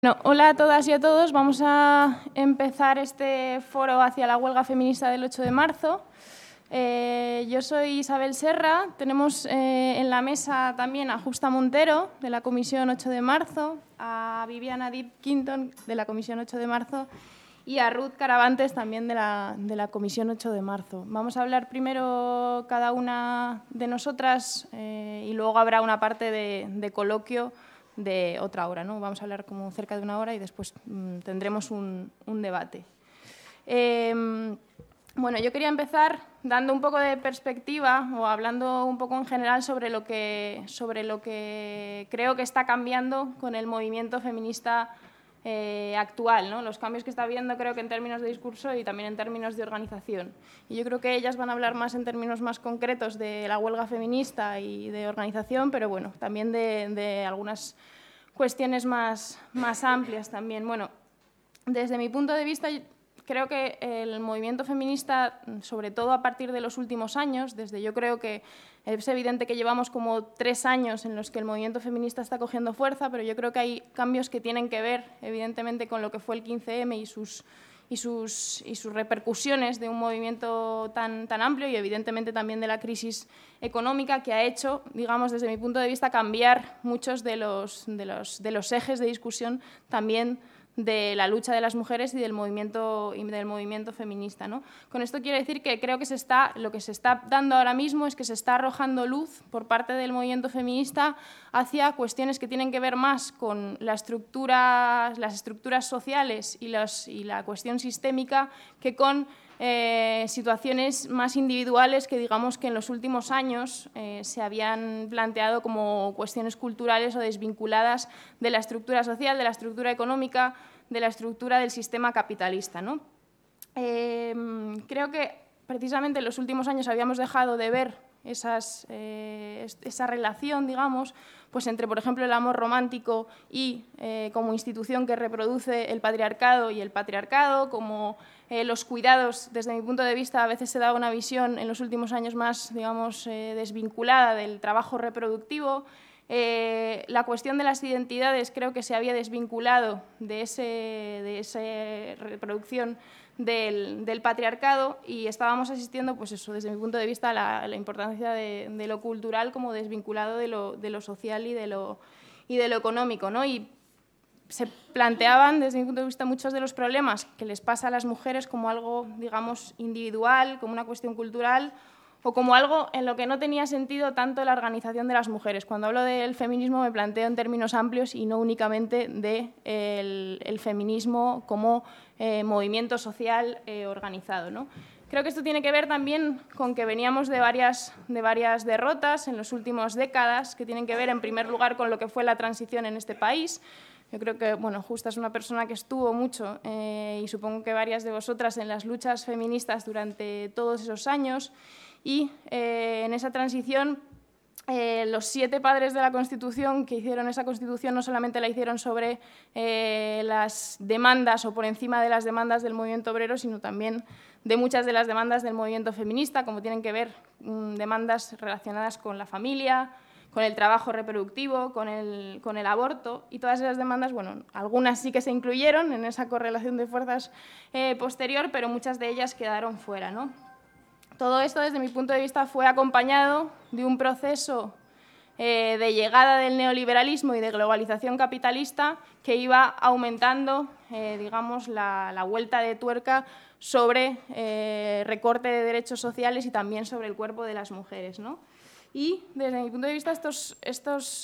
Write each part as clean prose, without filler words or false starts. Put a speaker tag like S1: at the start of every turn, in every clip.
S1: Bueno, hola a todas y a todos. Vamos a empezar este foro hacia la huelga feminista del 8 de marzo. Yo soy Isabel Serra. Tenemos en la mesa también a Justa Montero, de la Comisión 8 de marzo, a Viviana Deep Quinton, de la Comisión 8 de marzo, y a Ruth Caravantes, también de la Comisión 8 de marzo. Vamos a hablar primero cada una de nosotras y luego habrá una parte de coloquio de otra hora, ¿no? Vamos a hablar como cerca de una hora y después tendremos un debate. Bueno, yo quería empezar dando un poco de perspectiva o hablando un poco en general sobre lo que creo que está cambiando con el movimiento feminista actual, ¿no? Los cambios que está habiendo, creo que en términos de discurso y también en términos de organización. Y yo creo que ellas van a hablar más en términos más concretos de la huelga feminista y de organización, pero bueno, también de algunas cuestiones más amplias también. Bueno, desde mi punto de vista, creo que el movimiento feminista, sobre todo a partir de los últimos años, yo creo que es evidente que llevamos como 3 años en los que el movimiento feminista está cogiendo fuerza, pero yo creo que hay cambios que tienen que ver, evidentemente, con lo que fue el 15M y sus repercusiones de un movimiento tan amplio y, evidentemente, también de la crisis económica que ha hecho, digamos, desde mi punto de vista, cambiar muchos de los ejes de discusión también de la lucha de las mujeres y del movimiento feminista, ¿no? Con esto quiero decir que creo que lo que se está dando ahora mismo es que se está arrojando luz por parte del movimiento feminista hacia cuestiones que tienen que ver más con las estructuras sociales y la cuestión sistémica que con situaciones más individuales que, digamos, que en los últimos años se habían planteado como cuestiones culturales o desvinculadas de la estructura social, de la estructura económica, de la estructura del sistema capitalista, ¿no? Creo que precisamente en los últimos años habíamos dejado de ver esa relación, digamos, pues entre, por ejemplo, el amor romántico y como institución que reproduce el patriarcado y el patriarcado, como los cuidados. Desde mi punto de vista, a veces se da una visión en los últimos años más, digamos, desvinculada del trabajo reproductivo. La cuestión de las identidades creo que se había desvinculado de esa reproducción del patriarcado y estábamos asistiendo, pues eso, desde mi punto de vista, a la importancia de lo cultural como desvinculado de lo social y de lo económico, ¿no? Y se planteaban, desde mi punto de vista, muchos de los problemas que les pasa a las mujeres como algo, digamos, individual, como una cuestión cultural o como algo en lo que no tenía sentido tanto la organización de las mujeres. Cuando hablo del feminismo me planteo en términos amplios y no únicamente del feminismo como movimiento social organizado, ¿no? Creo que esto tiene que ver también con que veníamos de varias derrotas en las últimas décadas, que tienen que ver, en primer lugar, con lo que fue la transición en este país. Yo creo que, bueno, Justa es una persona que estuvo mucho, y supongo que varias de vosotras, en las luchas feministas durante todos esos años. Y en esa transición, los 7 padres de la Constitución que hicieron esa Constitución no solamente la hicieron sobre las demandas o por encima de las demandas del movimiento obrero, sino también de muchas de las demandas del movimiento feminista, como tienen que ver demandas relacionadas con la familia, con el trabajo reproductivo, con el aborto, y todas esas demandas, bueno, algunas sí que se incluyeron en esa correlación de fuerzas posterior, pero muchas de ellas quedaron fuera, ¿no? Todo esto, desde mi punto de vista, fue acompañado de un proceso de llegada del neoliberalismo y de globalización capitalista que iba aumentando, digamos, la vuelta de tuerca sobre recorte de derechos sociales y también sobre el cuerpo de las mujeres, ¿no? Y, desde mi punto de vista, estos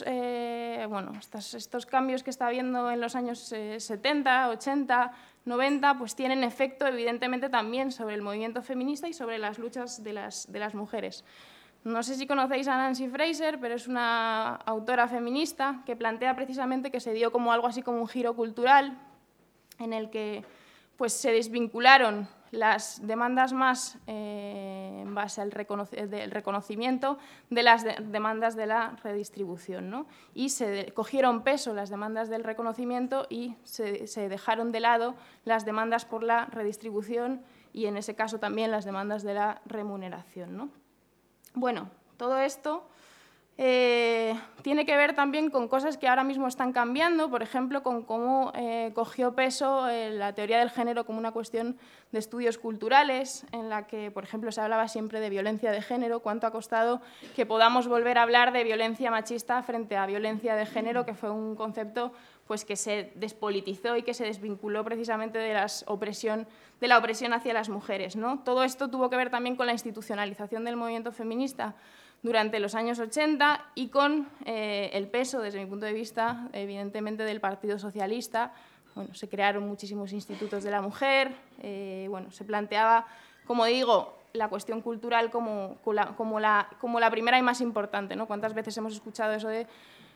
S1: cambios que está habiendo en los años 70, 80, 90, pues tienen efecto, evidentemente, también sobre el movimiento feminista y sobre las luchas de las mujeres. No sé si conocéis a Nancy Fraser, pero es una autora feminista que plantea precisamente que se dio como algo así como un giro cultural en el que pues, se desvincularon las demandas más en base al reconocimiento de las demandas de la redistribución, ¿no? Y se cogieron peso las demandas del reconocimiento y se dejaron de lado las demandas por la redistribución y, en ese caso, también las demandas de la remuneración, ¿no? Bueno, todo esto Tiene que ver también con cosas que ahora mismo están cambiando, por ejemplo, con cómo cogió peso la teoría del género como una cuestión de estudios culturales, en la que, por ejemplo, se hablaba siempre de violencia de género, cuánto ha costado que podamos volver a hablar de violencia machista frente a violencia de género, que fue un concepto pues, que se despolitizó y que se desvinculó precisamente de la opresión hacia las mujeres, ¿no? Todo esto tuvo que ver también con la institucionalización del movimiento feminista durante los años 80 y con el peso, desde mi punto de vista, evidentemente del Partido Socialista. Bueno, se crearon muchísimos institutos de la mujer, bueno, se planteaba, como digo, la cuestión cultural como la primera y más importante, ¿no? ¿Cuántas veces hemos escuchado eso de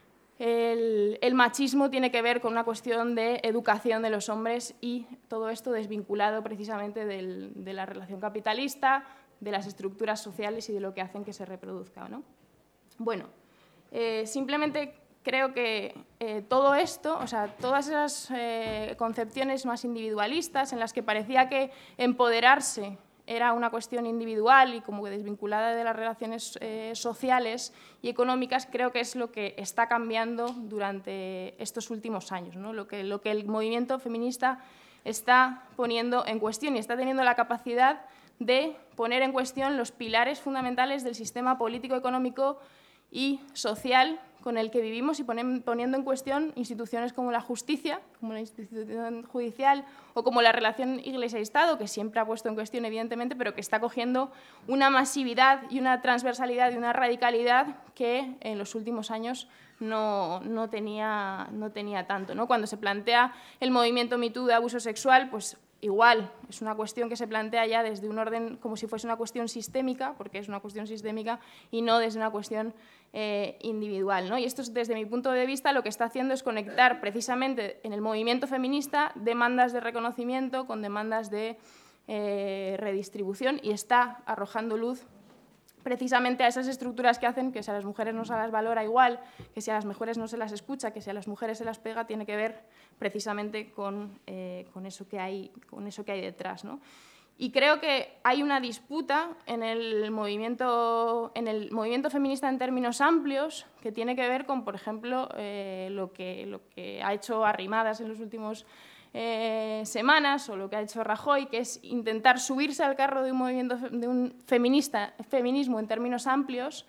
S1: el machismo tiene que ver con una cuestión de educación de los hombres y todo esto desvinculado precisamente de la relación capitalista, de las estructuras sociales y de lo que hacen que se reproduzca, ¿no? Bueno, simplemente creo que todo esto, o sea, todas esas concepciones más individualistas en las que parecía que empoderarse era una cuestión individual y como que desvinculada de las relaciones sociales y económicas, creo que es lo que está cambiando durante estos últimos años, ¿no? Lo que el movimiento feminista está poniendo en cuestión y está teniendo la capacidad de poner en cuestión los pilares fundamentales del sistema político, económico y social con el que vivimos y poniendo en cuestión instituciones como la justicia, como la institución judicial o como la relación Iglesia-Estado, que siempre ha puesto en cuestión, evidentemente, pero que está cogiendo una masividad y una transversalidad y una radicalidad que en los últimos años no tenía tanto, ¿no? Cuando se plantea el movimiento Me Too de abuso sexual, pues igual, es una cuestión que se plantea ya desde un orden como si fuese una cuestión sistémica, porque es una cuestión sistémica y no desde una cuestión individual, ¿no? Y esto, desde mi punto de vista, lo que está haciendo es conectar precisamente en el movimiento feminista demandas de reconocimiento con demandas de redistribución y está arrojando luz precisamente a esas estructuras que hacen que si a las mujeres no se las valora igual, que si a las mujeres no se las escucha, que si a las mujeres se las pega, tiene que ver precisamente con eso que hay detrás, ¿no? Y creo que hay una disputa en el movimiento feminista en términos amplios que tiene que ver con, por ejemplo, lo que ha hecho Arrimadas en los últimos semanas o lo que ha hecho Rajoy, que es intentar subirse al carro de un feminismo en términos amplios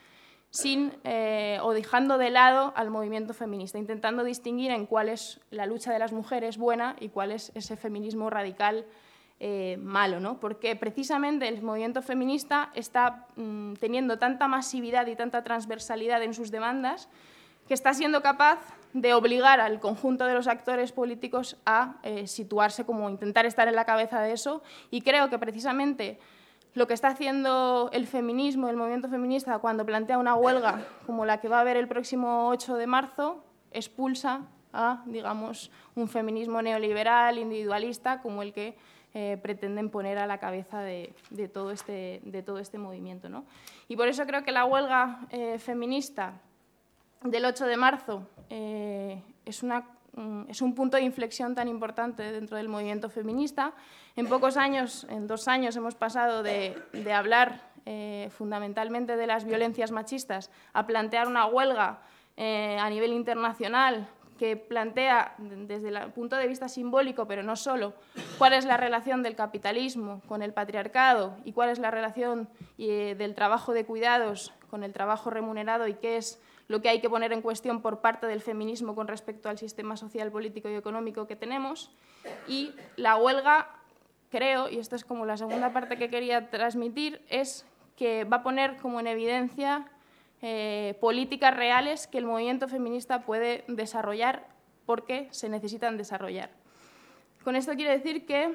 S1: o dejando de lado al movimiento feminista, intentando distinguir en cuál es la lucha de las mujeres buena y cuál es ese feminismo radical malo, ¿no? Porque precisamente el movimiento feminista está teniendo tanta masividad y tanta transversalidad en sus demandas que está siendo capaz de obligar al conjunto de los actores políticos a situarse, como intentar estar en la cabeza de eso, y creo que precisamente lo que está haciendo el feminismo, el movimiento feminista, cuando plantea una huelga como la que va a haber el próximo 8 de marzo, expulsa a, digamos, un feminismo neoliberal, individualista, como el que pretenden poner a la cabeza de todo este movimiento, ¿no? Y por eso creo que la huelga feminista del 8 de marzo es un punto de inflexión tan importante dentro del movimiento feminista. En pocos años, en 2 años, hemos pasado de hablar fundamentalmente de las violencias machistas a plantear una huelga a nivel internacional que plantea desde el punto de vista simbólico, pero no solo, cuál es la relación del capitalismo con el patriarcado y cuál es la relación del trabajo de cuidados con el trabajo remunerado y qué es lo que hay que poner en cuestión por parte del feminismo con respecto al sistema social, político y económico que tenemos. Y la huelga, creo, y esto es como la segunda parte que quería transmitir, es que va a poner como en evidencia políticas reales que el movimiento feminista puede desarrollar porque se necesitan desarrollar. Con esto quiero decir que,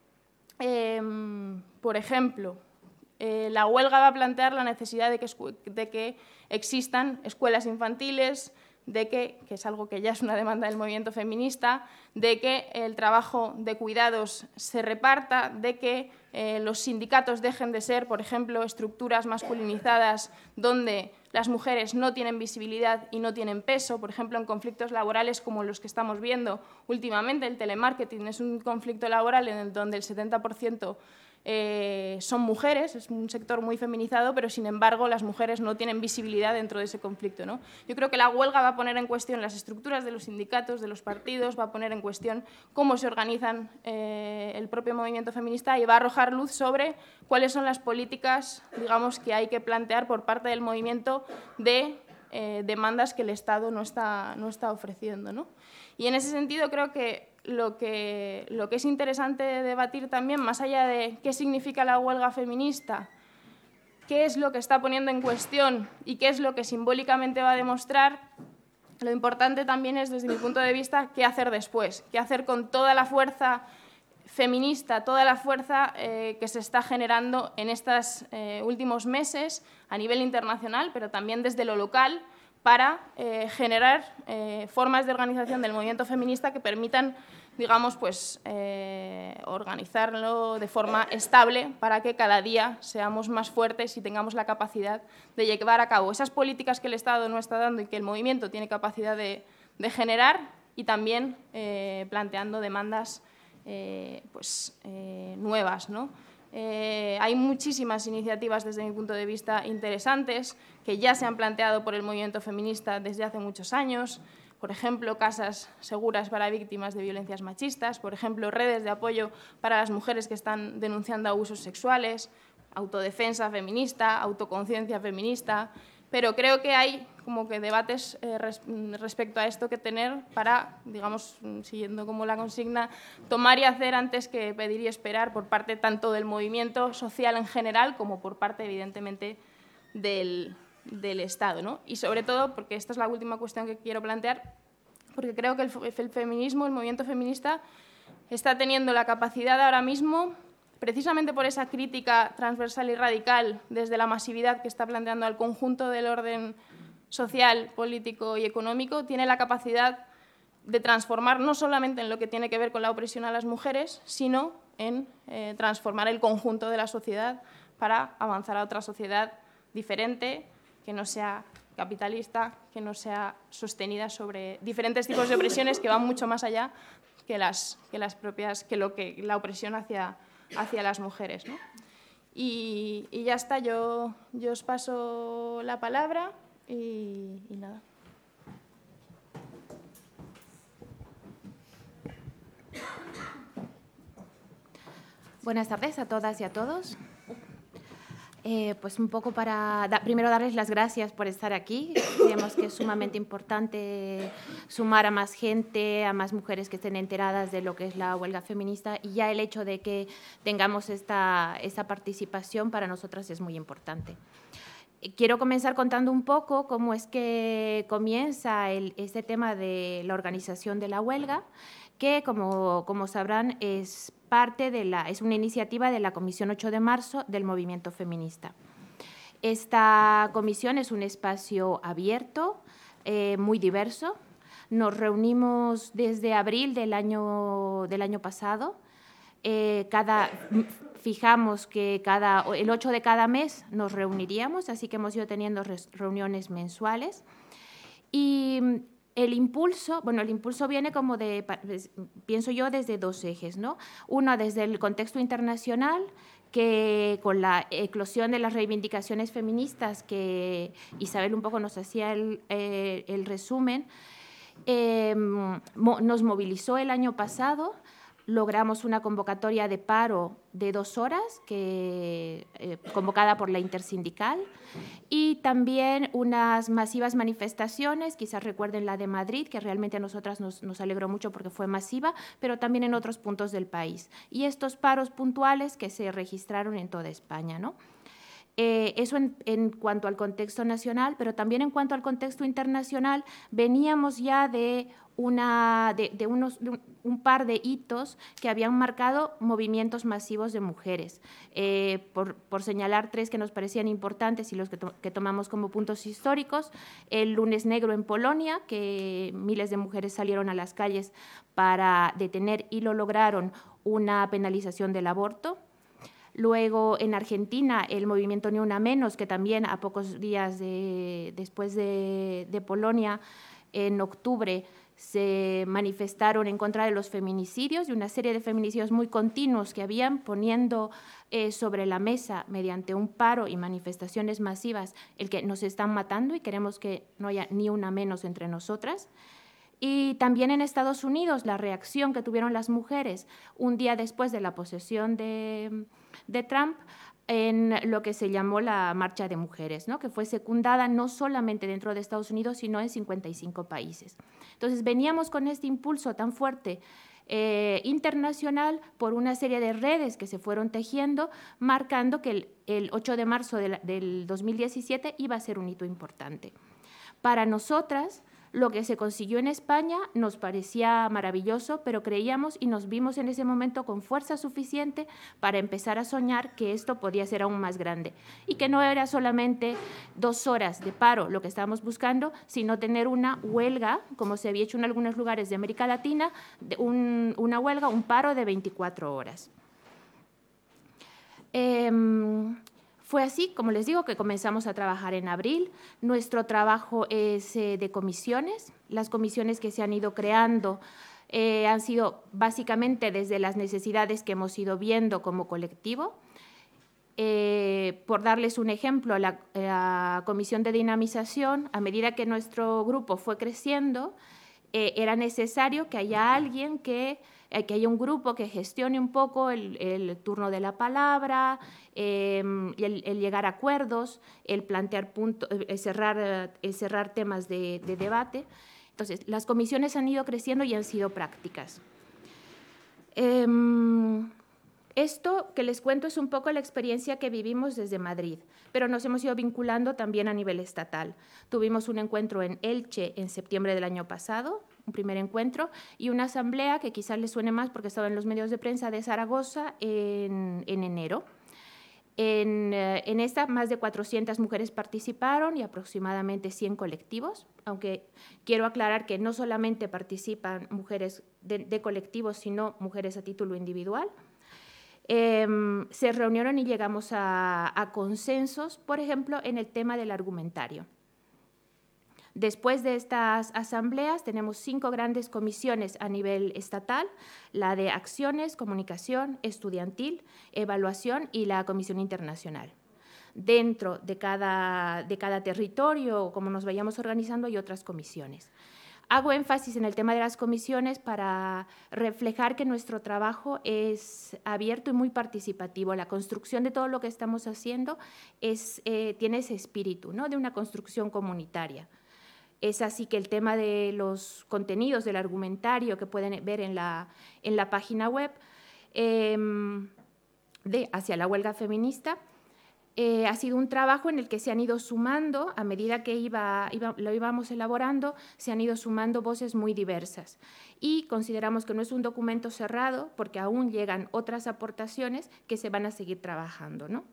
S1: por ejemplo, la huelga va a plantear la necesidad de que existan escuelas infantiles, de que es algo que ya es una demanda del movimiento feminista, de que el trabajo de cuidados se reparta, de que los sindicatos dejen de ser, por ejemplo, estructuras masculinizadas donde las mujeres no tienen visibilidad y no tienen peso, por ejemplo, en conflictos laborales como los que estamos viendo últimamente. El telemarketing es un conflicto laboral en el donde el 70% son mujeres, es un sector muy feminizado, pero sin embargo las mujeres no tienen visibilidad dentro de ese conflicto, ¿no? Yo creo que la huelga va a poner en cuestión las estructuras de los sindicatos, de los partidos, va a poner en cuestión cómo se organizan el propio movimiento feminista y va a arrojar luz sobre cuáles son las políticas, digamos, que hay que plantear por parte del movimiento de demandas que el Estado no está ofreciendo, ¿no? Y en ese sentido creo que lo que es interesante debatir también, más allá de qué significa la huelga feminista, qué es lo que está poniendo en cuestión y qué es lo que simbólicamente va a demostrar, lo importante también es, desde mi punto de vista, qué hacer después, qué hacer con toda la fuerza feminista, toda la fuerza que se está generando en estos últimos meses a nivel internacional, pero también desde lo local, para generar formas de organización del movimiento feminista que permitan, digamos, pues, organizarlo de forma estable para que cada día seamos más fuertes y tengamos la capacidad de llevar a cabo esas políticas que el Estado no está dando y que el movimiento tiene capacidad de generar, y también planteando demandas nuevas, ¿no? Hay muchísimas iniciativas, desde mi punto de vista, interesantes que ya se han planteado por el movimiento feminista desde hace muchos años. Por ejemplo, casas seguras para víctimas de violencias machistas, por ejemplo, redes de apoyo para las mujeres que están denunciando abusos sexuales, autodefensa feminista, autoconciencia feminista. Pero creo que hay como que debates respecto a esto que tener para, digamos, siguiendo como la consigna, tomar y hacer antes que pedir y esperar, por parte tanto del movimiento social en general como por parte, evidentemente, del Estado, ¿no? Y sobre todo, porque esta es la última cuestión que quiero plantear, porque creo que el feminismo, el movimiento feminista, está teniendo la capacidad ahora mismo, precisamente por esa crítica transversal y radical desde la masividad que está planteando al conjunto del orden social, político y económico, tiene la capacidad de transformar no solamente en lo que tiene que ver con la opresión a las mujeres, sino en transformar el conjunto de la sociedad para avanzar a otra sociedad diferente, que no sea capitalista, que no sea sostenida sobre diferentes tipos de opresiones que van mucho más allá que la opresión hacia las mujeres, ¿no? Y ya está, yo os paso la palabra y nada.
S2: Buenas tardes a todas y a todos. Pues un poco para primero darles las gracias por estar aquí. Creemos que es sumamente importante sumar a más gente, a más mujeres que estén enteradas de lo que es la huelga feminista, y ya el hecho de que tengamos esta participación para nosotras es muy importante. Quiero comenzar contando un poco cómo es que comienza este tema de la organización de la huelga, que como sabrán es una iniciativa de la Comisión 8 de marzo del movimiento feminista. Esta comisión es un espacio abierto, muy diverso. Nos reunimos desde abril del año pasado. Fijamos que el 8 de cada mes nos reuniríamos, así que hemos ido teniendo reuniones mensuales. Y el impulso viene como pienso yo, desde dos ejes, ¿no? Uno, desde el contexto internacional, que con la eclosión de las reivindicaciones feministas, que Isabel un poco nos hacía el resumen, nos movilizó el año pasado. Logramos una convocatoria de paro de 2 horas, convocada por la Intersindical, y también unas masivas manifestaciones, quizás recuerden la de Madrid, que realmente a nosotras nos alegró mucho porque fue masiva, pero también en otros puntos del país. Y estos paros puntuales que se registraron en toda España, ¿no? Eso en cuanto al contexto nacional, pero también en cuanto al contexto internacional, veníamos ya de un par de hitos que habían marcado movimientos masivos de mujeres. Por señalar 3 que nos parecían importantes y los que tomamos como puntos históricos: el Lunes Negro en Polonia, que miles de mujeres salieron a las calles para detener, y lo lograron, una penalización del aborto. Luego, en Argentina, el movimiento Ni Una Menos, que también a pocos días después de Polonia, en octubre, se manifestaron en contra de los feminicidios y una serie de feminicidios muy continuos que habían, poniendo sobre la mesa mediante un paro y manifestaciones masivas el que nos están matando y queremos que no haya ni una menos entre nosotras. Y también en Estados Unidos, la reacción que tuvieron las mujeres un día después de la posesión de Trump en lo que se llamó la Marcha de Mujeres, ¿no? Que fue secundada no solamente dentro de Estados Unidos, sino en 55 países. Entonces, veníamos con este impulso tan fuerte internacional por una serie de redes que se fueron tejiendo, marcando que el 8 de marzo del 2017 iba a ser un hito importante. Para nosotras, lo que se consiguió en España nos parecía maravilloso, pero creíamos y nos vimos en ese momento con fuerza suficiente para empezar a soñar que esto podía ser aún más grande y que no era solamente 2 horas de paro lo que estábamos buscando, sino tener una huelga, como se había hecho en algunos lugares de América Latina, una huelga, un paro de 24 horas. Fue así, como les digo, que comenzamos a trabajar en abril. Nuestro trabajo es de comisiones. Las comisiones que se han ido creando han sido básicamente desde las necesidades que hemos ido viendo como colectivo. Por darles un ejemplo, la comisión de dinamización, a medida que nuestro grupo fue creciendo, era necesario que haya alguien que haya un grupo que gestione un poco el turno de la palabra, el llegar a acuerdos, el plantear puntos, cerrar temas de debate. Entonces, las comisiones han ido creciendo y han sido prácticas. Esto que les cuento es un poco la experiencia que vivimos desde Madrid, pero nos hemos ido vinculando también a nivel estatal. Tuvimos un encuentro en Elche en septiembre del año pasado, un primer encuentro, y una asamblea que quizás les suene más porque estaba en los medios de prensa de Zaragoza en enero. En esta, más de 400 mujeres participaron y aproximadamente 100 colectivos, aunque quiero aclarar que no solamente participan mujeres de colectivos, sino mujeres a título individual. Se reunieron y llegamos a consensos, por ejemplo, en el tema del argumentario. Después de estas asambleas tenemos 5 grandes comisiones a nivel estatal, la de acciones, comunicación, estudiantil, evaluación y la comisión internacional. Dentro de cada territorio, como nos vayamos organizando, hay otras comisiones. Hago énfasis en el tema de las comisiones para reflejar que nuestro trabajo es abierto y muy participativo. La construcción de todo lo que estamos haciendo tiene ese espíritu, ¿no?, de una construcción comunitaria. Es así que el tema de los contenidos del argumentario que pueden ver en la página web de Hacia la Huelga Feminista ha sido un trabajo en el que se han ido sumando, a medida que lo íbamos elaborando, se han ido sumando voces muy diversas. Y consideramos que no es un documento cerrado porque aún llegan otras aportaciones que se van a seguir trabajando, ¿no?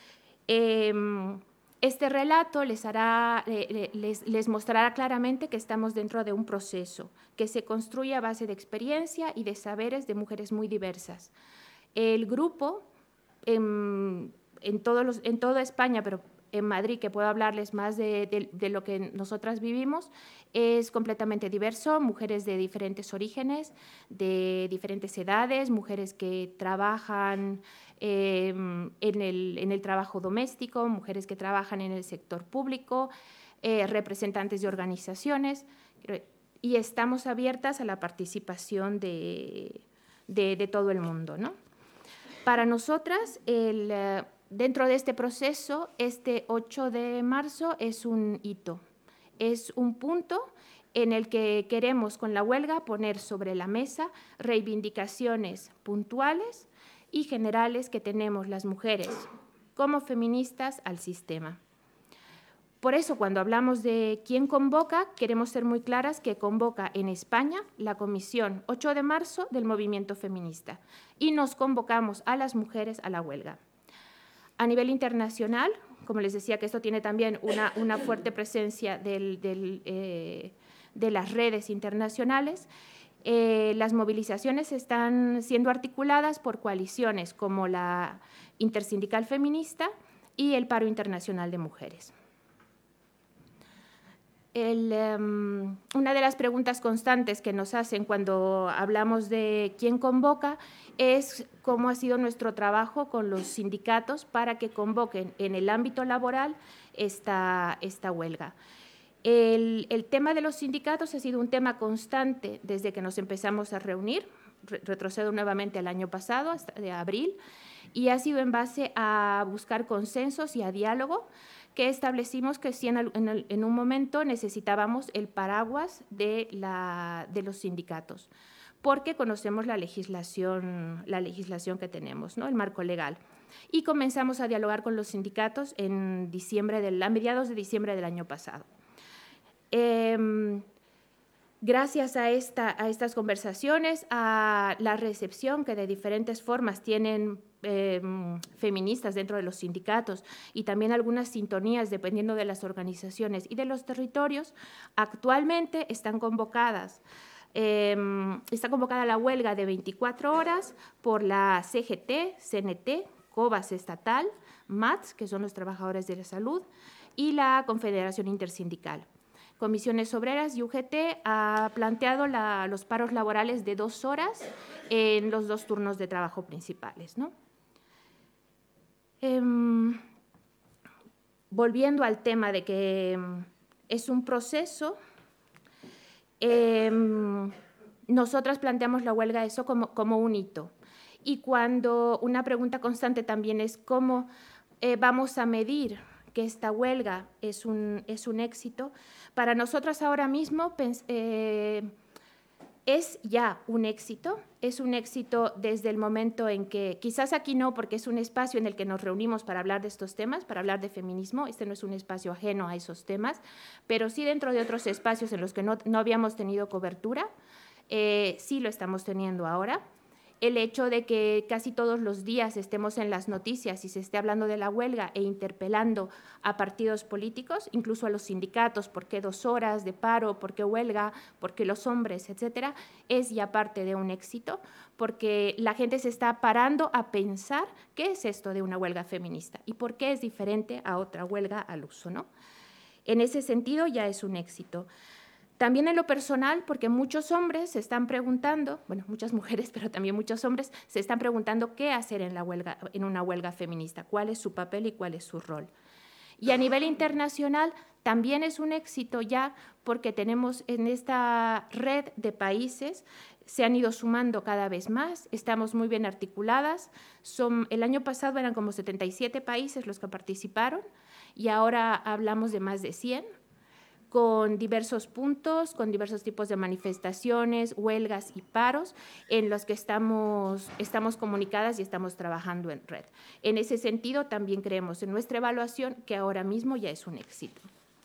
S2: Este relato les mostrará claramente que estamos dentro de un proceso que se construye a base de experiencia y de saberes de mujeres muy diversas. El grupo, en toda España, pero en Madrid, que puedo hablarles más de lo que nosotras vivimos, es completamente diverso, mujeres de diferentes orígenes, de diferentes edades, mujeres que trabajan en el trabajo doméstico, mujeres que trabajan en el sector público, representantes de organizaciones, y estamos abiertas a la participación de todo el mundo, ¿no? Para nosotras, dentro de este proceso, este 8 de marzo es un hito, es un punto en el que queremos con la huelga poner sobre la mesa reivindicaciones puntuales y generales que tenemos las mujeres como feministas al sistema. Por eso, cuando hablamos de quién convoca, queremos ser muy claras que convoca en España la Comisión 8 de marzo del movimiento feminista y nos convocamos a las mujeres a la huelga. A nivel internacional, como les decía, que esto tiene también una fuerte presencia de las redes internacionales, las movilizaciones están siendo articuladas por coaliciones como la Intersindical Feminista y el Paro Internacional de Mujeres. una de las preguntas constantes que nos hacen cuando hablamos de quién convoca es cómo ha sido nuestro trabajo con los sindicatos para que convoquen en el ámbito laboral esta huelga. El tema de los sindicatos ha sido un tema constante desde que nos empezamos a reunir, retrocedo nuevamente al año pasado, hasta de abril, y ha sido en base a buscar consensos y a diálogo que establecimos que si en un momento necesitábamos el paraguas de los sindicatos, porque conocemos la legislación que tenemos, ¿no? El marco legal. Y comenzamos a dialogar con los sindicatos a mediados de diciembre del año pasado. Gracias a estas conversaciones, a la recepción que de diferentes formas tienen feministas dentro de los sindicatos y también algunas sintonías dependiendo de las organizaciones y de los territorios, actualmente está convocada la huelga de 24 horas por la CGT, CNT, COBAS estatal, MATS, que son los trabajadores de la salud, y la Confederación Intersindical. Comisiones Obreras y UGT ha planteado los paros laborales de 2 horas en los 2 turnos de trabajo principales, ¿no? Volviendo al tema de que es un proceso, nosotras planteamos la huelga eso como un hito. Y cuando una pregunta constante también es cómo vamos a medir que esta huelga es un éxito, para nosotras ahora mismo es ya un éxito, es un éxito desde el momento en que, quizás aquí no, porque es un espacio en el que nos reunimos para hablar de estos temas, para hablar de feminismo, este no es un espacio ajeno a esos temas, pero sí dentro de otros espacios en los que no habíamos tenido cobertura, sí lo estamos teniendo ahora. El hecho de que casi todos los días estemos en las noticias y se esté hablando de la huelga e interpelando a partidos políticos, incluso a los sindicatos, por qué 2 horas de paro, por qué huelga, por qué los hombres, etcétera, es ya parte de un éxito, porque la gente se está parando a pensar qué es esto de una huelga feminista y por qué es diferente a otra huelga al uso, ¿no? En ese sentido ya es un éxito. También en lo personal, porque muchos hombres se están preguntando, bueno, muchas mujeres, pero también muchos hombres se están preguntando qué hacer en una huelga feminista, cuál es su papel y cuál es su rol. Y a nivel internacional también es un éxito ya porque tenemos en esta red de países, se han ido sumando cada vez más, estamos muy bien articuladas, el año pasado eran como 77 países los que participaron y ahora hablamos de más de 100, con diversos puntos, con diversos tipos de manifestaciones, huelgas y paros en los que estamos comunicadas y estamos trabajando en red. En ese sentido, también creemos en nuestra evaluación que ahora mismo ya es un éxito.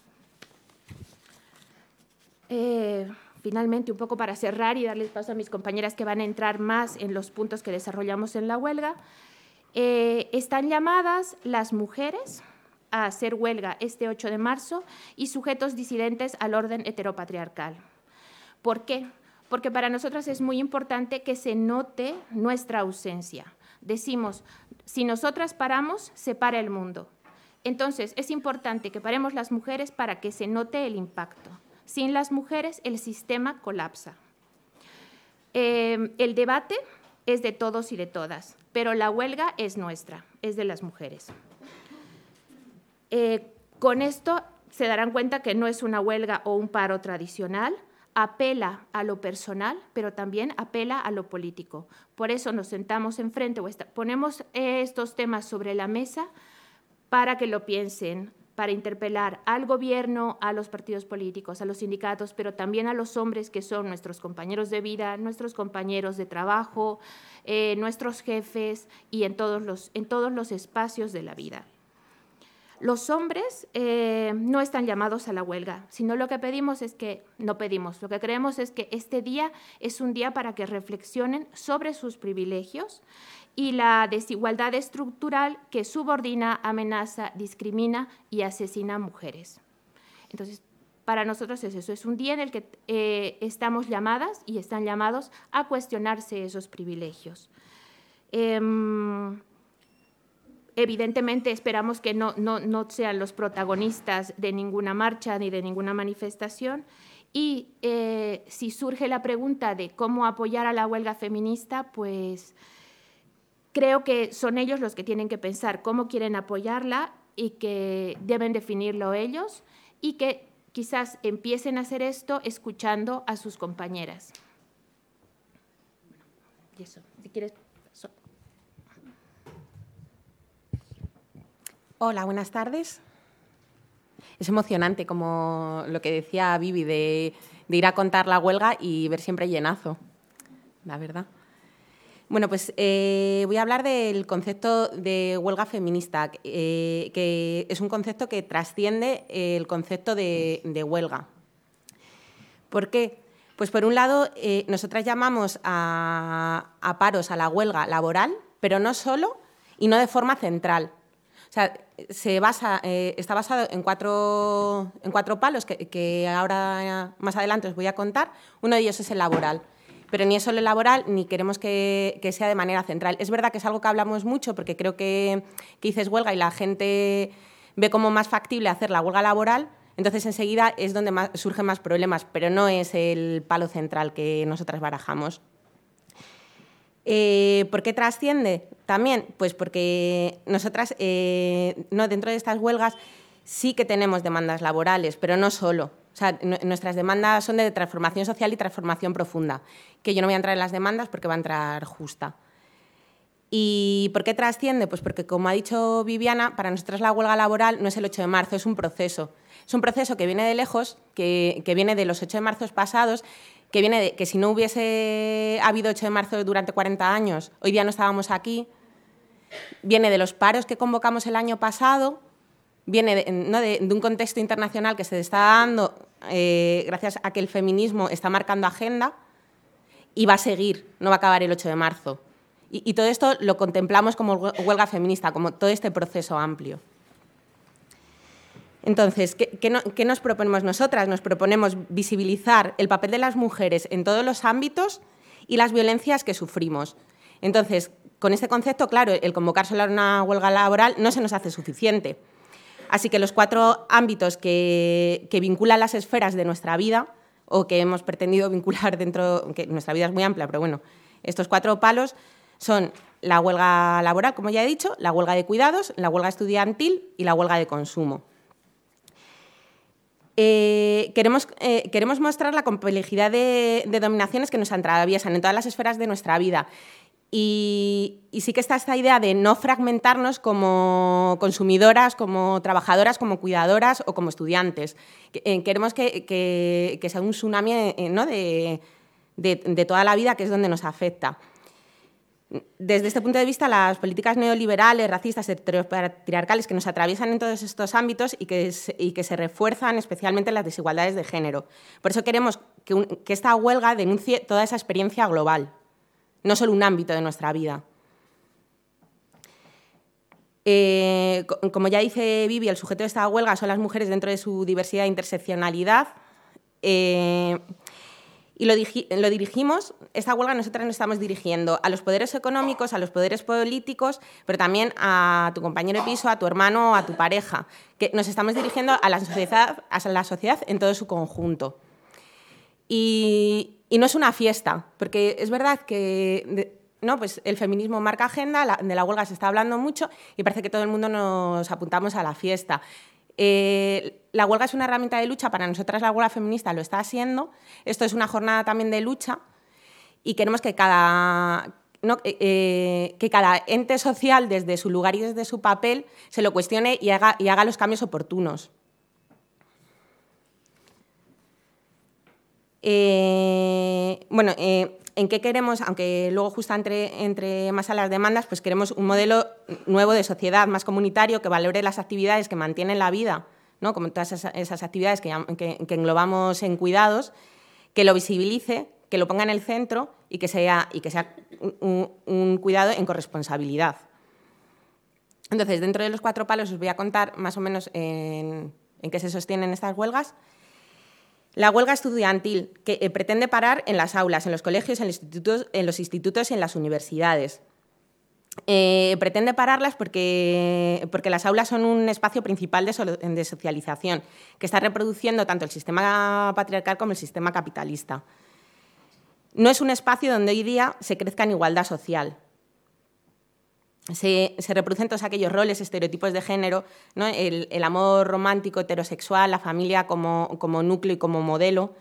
S2: Finalmente, un poco para cerrar y darles paso a mis compañeras que van a entrar más en los puntos que desarrollamos en la huelga, están llamadas las mujeres a hacer huelga este 8 de marzo y sujetos disidentes al orden heteropatriarcal. ¿Por qué? Porque para nosotras es muy importante que se note nuestra ausencia. Decimos, si nosotras paramos, se para el mundo. Entonces, es importante que paremos las mujeres para que se note el impacto. Sin las mujeres, el sistema colapsa. El debate es de todos y de todas, pero la huelga es nuestra, es de las mujeres. Con esto se darán cuenta que no es una huelga o un paro tradicional, apela a lo personal, pero también apela a lo político. Por eso nos sentamos enfrente, ponemos estos temas sobre la mesa para que lo piensen, para interpelar al gobierno, a los partidos políticos, a los sindicatos, pero también a los hombres que son nuestros compañeros de vida, nuestros compañeros de trabajo, nuestros jefes y en todos los espacios de la vida. Los hombres no están llamados a la huelga, sino lo que pedimos es que, no pedimos, lo que creemos es que este día es un día para que reflexionen sobre sus privilegios y la desigualdad estructural que subordina, amenaza, discrimina y asesina a mujeres. Entonces, para nosotros es eso, es un día en el que estamos llamadas y están llamados a cuestionarse esos privilegios. evidentemente esperamos que no sean los protagonistas de ninguna marcha ni de ninguna manifestación. Y si surge la pregunta de cómo apoyar a la huelga feminista, pues creo que son ellos los que tienen que pensar cómo quieren apoyarla y que deben definirlo ellos y que quizás empiecen a hacer esto escuchando a sus compañeras. Y eso, si quieres...
S3: Hola, buenas tardes. Es emocionante, como lo que decía Vivi, de ir a contar la huelga y ver siempre llenazo, la verdad. Bueno, pues voy a hablar del concepto de huelga feminista, que es un concepto que trasciende el concepto de huelga. ¿Por qué? Pues por un lado, nosotras llamamos a paros, a la huelga laboral, pero no solo y no de forma central. O sea, está basado en cuatro palos que ahora más adelante os voy a contar. Uno de ellos es el laboral, pero ni es solo el laboral ni queremos que sea de manera central. Es verdad que es algo que hablamos mucho porque creo que dices huelga y la gente ve como más factible hacer la huelga laboral, entonces enseguida es donde surgen más problemas, pero no es el palo central que nosotras barajamos. ¿Por qué trasciende? También, pues porque nosotras, dentro de estas huelgas sí que tenemos demandas laborales, pero no solo. O sea, nuestras demandas son de transformación social y transformación profunda, que yo no voy a entrar en las demandas porque va a entrar Justa. ¿Y por qué trasciende? Pues porque, como ha dicho Viviana, para nosotras la huelga laboral no es el 8 de marzo, es un proceso. Es un proceso que viene de lejos, que viene de los 8 de marzo pasados, que viene de que si no hubiese habido 8 de marzo durante 40 años, hoy día no estábamos aquí, viene de los paros que convocamos el año pasado, viene de un contexto internacional que se está dando gracias a que el feminismo está marcando agenda y va a seguir, no va a acabar el 8 de marzo. Y todo esto lo contemplamos como huelga feminista, como todo este proceso amplio. Entonces, ¿qué nos proponemos nosotras? Nos proponemos visibilizar el papel de las mujeres en todos los ámbitos y las violencias que sufrimos. Entonces, con este concepto, claro, el convocar solo a una huelga laboral no se nos hace suficiente. Así que los 4 ámbitos que vinculan las esferas de nuestra vida, o que hemos pretendido vincular dentro, que nuestra vida es muy amplia, pero bueno, estos 4 palos son la huelga laboral, como ya he dicho, la huelga de cuidados, la huelga estudiantil y la huelga de consumo. Queremos mostrar la complejidad de dominaciones que nos atraviesan en todas las esferas de nuestra vida. Y sí que está esta idea de no fragmentarnos como consumidoras, como trabajadoras, como cuidadoras o como estudiantes. Queremos que sea un tsunami, ¿no?, de toda la vida, que es donde nos afecta. Desde este punto de vista, las políticas neoliberales, racistas, heteropatriarcales que nos atraviesan en todos estos ámbitos y que se refuerzan especialmente en las desigualdades de género. Por eso queremos que esta huelga denuncie toda esa experiencia global, no solo un ámbito de nuestra vida. Como ya dice Vivi, el sujeto de esta huelga son las mujeres dentro de su diversidad e interseccionalidad. Y lo dirigimos, esta huelga nosotras nos estamos dirigiendo a los poderes económicos, a los poderes políticos, pero también a tu compañero de piso, a tu hermano, a tu pareja, que nos estamos dirigiendo a la sociedad en todo su conjunto. Y no es una fiesta, porque es verdad que pues el feminismo marca agenda, de la huelga se está hablando mucho y parece que todo el mundo nos apuntamos a la fiesta. La huelga es una herramienta de lucha, para nosotras la huelga feminista lo está siendo. Esto es una jornada también de lucha y queremos que cada ente social, desde su lugar y desde su papel, se lo cuestione y haga los cambios oportunos. ¿En qué queremos? Aunque luego justo entre más a las demandas, pues queremos un modelo nuevo de sociedad, más comunitario, que valore las actividades que mantienen la vida, ¿no?, como todas esas actividades que englobamos en cuidados, que lo visibilice, que lo ponga en el centro y que sea un cuidado en corresponsabilidad. Entonces, dentro de los 4 palos os voy a contar más o menos en qué se sostienen estas huelgas. La huelga estudiantil, que pretende parar en las aulas, en los colegios, en los institutos y en las universidades. Pretende pararlas porque las aulas son un espacio principal de socialización que está reproduciendo tanto el sistema patriarcal como el sistema capitalista. No es un espacio donde hoy día se crezca en igualdad social. Se reproducen todos aquellos roles, estereotipos de género, ¿no? El amor romántico, heterosexual, la familia como núcleo y como modelo.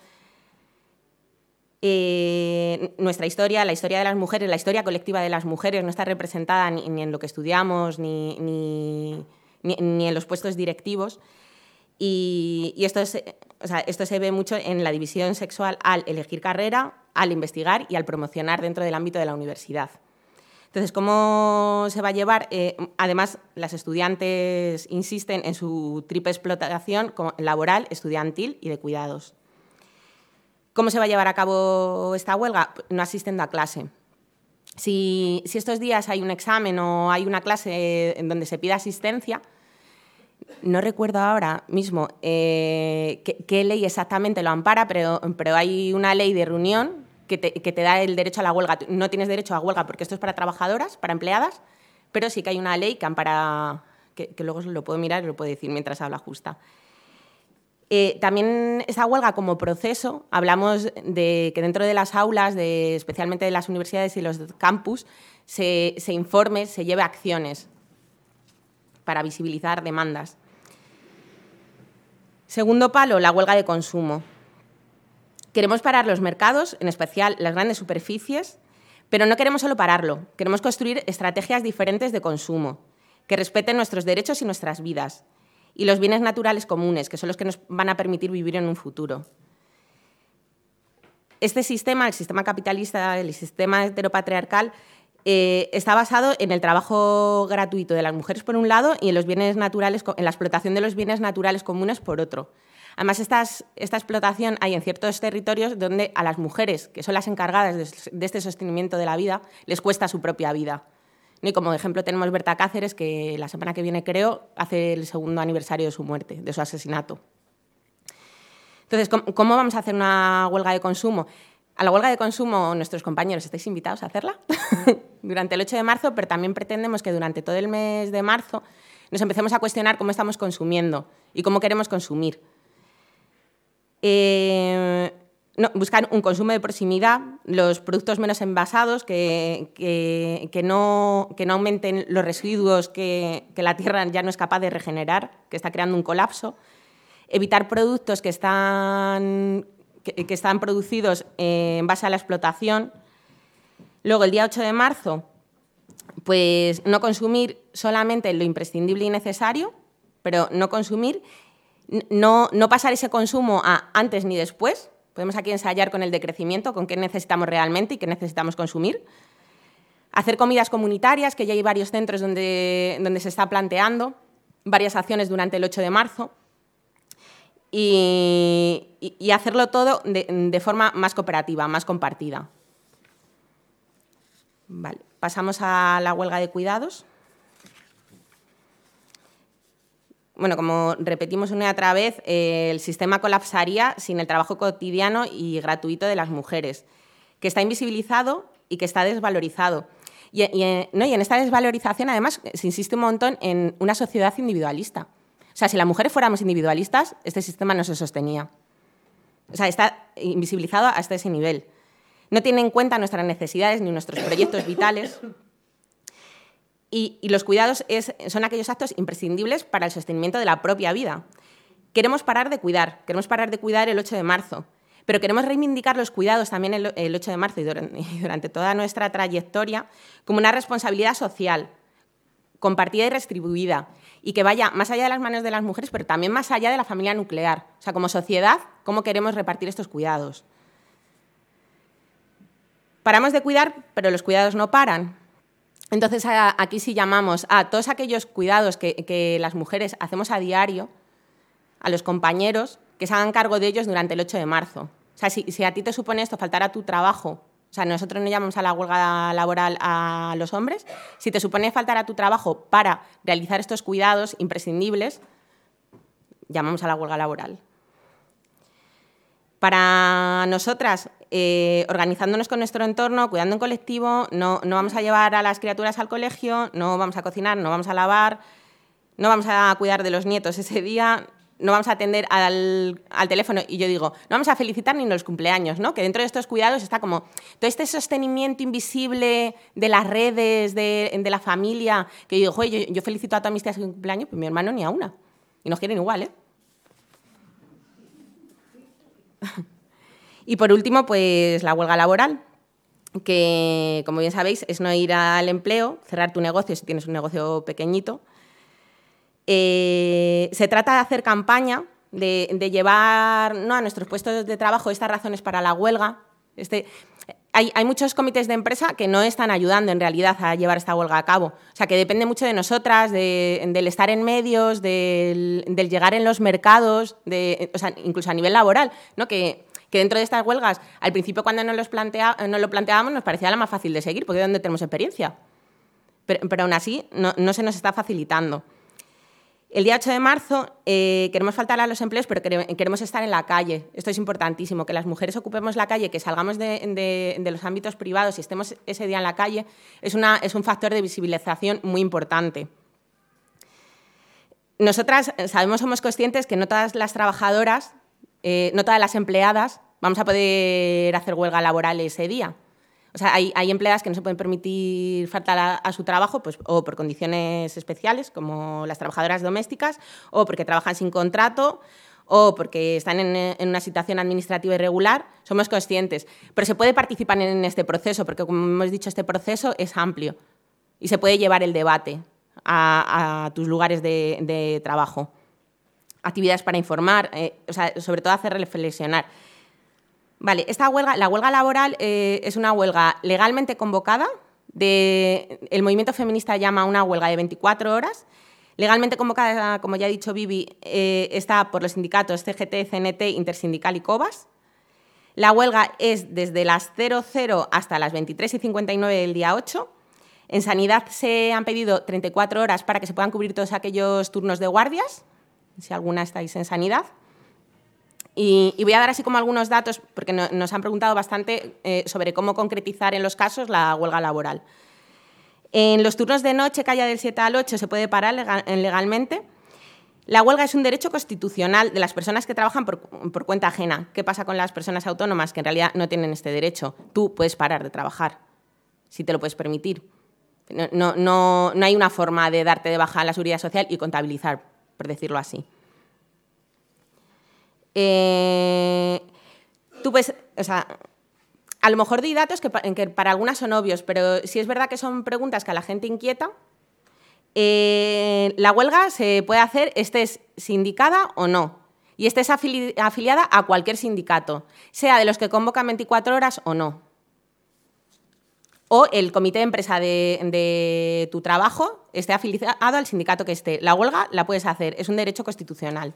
S3: Nuestra historia, la historia de las mujeres, la historia colectiva de las mujeres no está representada ni en lo que estudiamos ni en los puestos directivos. Y esto se ve mucho en la división sexual al elegir carrera, al investigar y al promocionar dentro del ámbito de la universidad. Entonces, ¿cómo se va a llevar? Además, las estudiantes insisten en su triple explotación laboral, estudiantil y de cuidados. ¿Cómo se va a llevar a cabo esta huelga? No asistiendo a clase. Si estos días hay un examen o hay una clase en donde se pide asistencia, no recuerdo ahora mismo qué ley exactamente lo ampara, pero hay una ley de reunión que te da el derecho a la huelga. No tienes derecho a huelga porque esto es para trabajadoras, para empleadas, pero sí que hay una ley que ampara, que luego lo puedo mirar y lo puedo decir mientras habla Justa. También esa huelga como proceso, hablamos de que dentro de las aulas, especialmente de las universidades y los campus, se informe, se lleve acciones para visibilizar demandas. Segundo palo, la huelga de consumo. Queremos parar los mercados, en especial las grandes superficies, pero no queremos solo pararlo, queremos construir estrategias diferentes de consumo, que respeten nuestros derechos y nuestras vidas, y los bienes naturales comunes, que son los que nos van a permitir vivir en un futuro. Este sistema, el sistema capitalista, el sistema heteropatriarcal, está basado en el trabajo gratuito de las mujeres por un lado y en la explotación de los bienes naturales comunes por otro. Además, esta explotación hay en ciertos territorios donde a las mujeres, que son las encargadas de este sostenimiento de la vida, les cuesta su propia vida. Y como ejemplo tenemos Berta Cáceres, que la semana que viene, creo, hace el 2º aniversario de su muerte, de su asesinato. Entonces, ¿cómo vamos a hacer una huelga de consumo? A la huelga de consumo, nuestros compañeros, estáis invitados a hacerla durante el 8 de marzo, pero también pretendemos que durante todo el mes de marzo nos empecemos a cuestionar cómo estamos consumiendo y cómo queremos consumir. Buscar un consumo de proximidad, los productos menos envasados, que no aumenten los residuos que la tierra ya no es capaz de regenerar, que está creando un colapso. Evitar productos que están producidos en base a la explotación. Luego, el día 8 de marzo, pues no consumir solamente lo imprescindible y necesario, pero no consumir, no pasar ese consumo a antes ni después. Podemos aquí ensayar con el decrecimiento, con qué necesitamos realmente y qué necesitamos consumir. Hacer comidas comunitarias, que ya hay varios centros donde se está planteando, varias acciones durante el 8 de marzo. Y hacerlo todo de forma más cooperativa, más compartida. Vale, pasamos a la huelga de cuidados. Bueno, como repetimos una y otra vez, el sistema colapsaría sin el trabajo cotidiano y gratuito de las mujeres, que está invisibilizado y que está desvalorizado. Y en esta desvalorización, además, se insiste un montón en una sociedad individualista. O sea, si las mujeres fuéramos individualistas, este sistema no se sostenía. O sea, está invisibilizado hasta ese nivel. No tiene en cuenta nuestras necesidades ni nuestros proyectos vitales. Y los cuidados son aquellos actos imprescindibles para el sostenimiento de la propia vida. Queremos parar de cuidar el 8 de marzo, pero queremos reivindicar los cuidados también el 8 de marzo y durante toda nuestra trayectoria como una responsabilidad social, compartida y redistribuida, y que vaya más allá de las manos de las mujeres, pero también más allá de la familia nuclear. O sea, como sociedad, ¿cómo queremos repartir estos cuidados? Paramos de cuidar, pero los cuidados no paran. Entonces, aquí sí llamamos a todos aquellos cuidados que las mujeres hacemos a diario, a los compañeros, que se hagan cargo de ellos durante el 8 de marzo. O sea, si a ti te supone esto faltar a tu trabajo, o sea, nosotros no llamamos a la huelga laboral a los hombres, si te supone faltar a tu trabajo para realizar estos cuidados imprescindibles, llamamos a la huelga laboral. Para nosotras, organizándonos con nuestro entorno, cuidando en colectivo, no vamos a llevar a las criaturas al colegio, no vamos a cocinar, no vamos a lavar, no vamos a cuidar de los nietos ese día, no vamos a atender al teléfono. Y yo digo, no vamos a felicitar ni los cumpleaños, ¿no? Que dentro de estos cuidados está como todo este sostenimiento invisible de las redes, de la familia, que yo digo, joder, yo felicito a todas mis tías en cumpleaños, pues mi hermano ni a una. Y nos quieren igual, ¿eh? Y por último, pues la huelga laboral, que, como bien sabéis, es no ir al empleo, cerrar tu negocio si tienes un negocio pequeñito. Se trata de hacer campaña, de llevar, ¿no?, a nuestros puestos de trabajo estas razones para la huelga. Hay muchos comités de empresa que no están ayudando en realidad a llevar esta huelga a cabo. O sea, que depende mucho de nosotras, del estar en medios, del llegar en los mercados, o sea, incluso a nivel laboral, ¿no? Que dentro de estas huelgas, al principio cuando nos lo planteábamos nos parecía la más fácil de seguir, porque es donde tenemos experiencia. Pero aún así no se nos está facilitando. El día 8 de marzo queremos faltar a los empleos, pero queremos estar en la calle. Esto es importantísimo, que las mujeres ocupemos la calle, que salgamos de los ámbitos privados y estemos ese día en la calle, es un factor de visibilización muy importante. Nosotras somos conscientes que no todas las trabajadoras, no todas las empleadas vamos a poder hacer huelga laboral ese día. O sea, hay empleadas que no se pueden permitir faltar a su trabajo, pues, o por condiciones especiales, como las trabajadoras domésticas, o porque trabajan sin contrato, o porque están en una situación administrativa irregular. Somos conscientes. Pero se puede participar en este proceso, porque, como hemos dicho, este proceso es amplio y se puede llevar el debate a tus lugares de trabajo. Actividades para informar, o sea, sobre todo hacer reflexionar. Vale, la huelga laboral es una huelga legalmente convocada, el movimiento feminista llama una huelga de 24 horas, legalmente convocada, como ya ha dicho Vivi, está por los sindicatos CGT, CNT, Intersindical y COBAS. La huelga es desde las 00 hasta las 23:59 del día 8. En Sanidad se han pedido 34 horas para que se puedan cubrir todos aquellos turnos de guardias, si alguna estáis en Sanidad. Y voy a dar así como algunos datos, porque nos han preguntado bastante sobre cómo concretizar en los casos la huelga laboral. En los turnos de noche, que haya del 7 al 8, se puede parar legalmente. La huelga es un derecho constitucional de las personas que trabajan por cuenta ajena. ¿Qué pasa con las personas autónomas que en realidad no tienen este derecho? Tú puedes parar de trabajar, si te lo puedes permitir. No hay una forma de darte de baja en la seguridad social y contabilizar, por decirlo así. Tú puedes, o sea, a lo mejor doy datos que para algunas son obvios, pero sí es verdad que son preguntas que a la gente inquieta. La huelga se puede hacer, estés sindicada o no, y estés afiliada a cualquier sindicato, sea de los que convocan 24 horas o no. O el comité de empresa de tu trabajo esté afiliado al sindicato que esté. La huelga la puedes hacer, es un derecho constitucional.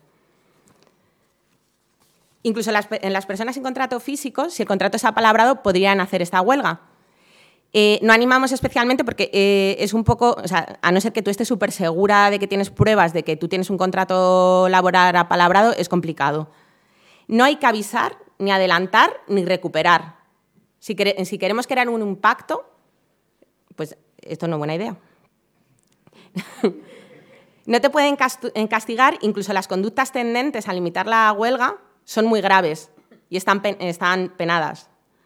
S3: Incluso en las personas sin contrato físico, si el contrato es apalabrado, podrían hacer esta huelga. No animamos especialmente porque es un poco, o sea, a no ser que tú estés súper segura de que tienes pruebas de que tú tienes un contrato laboral apalabrado, es complicado. No hay que avisar, ni adelantar, ni recuperar. Si queremos crear un pacto, pues esto no es buena idea. No te pueden castigar, incluso las conductas tendentes a limitar la huelga son muy graves y están penadas.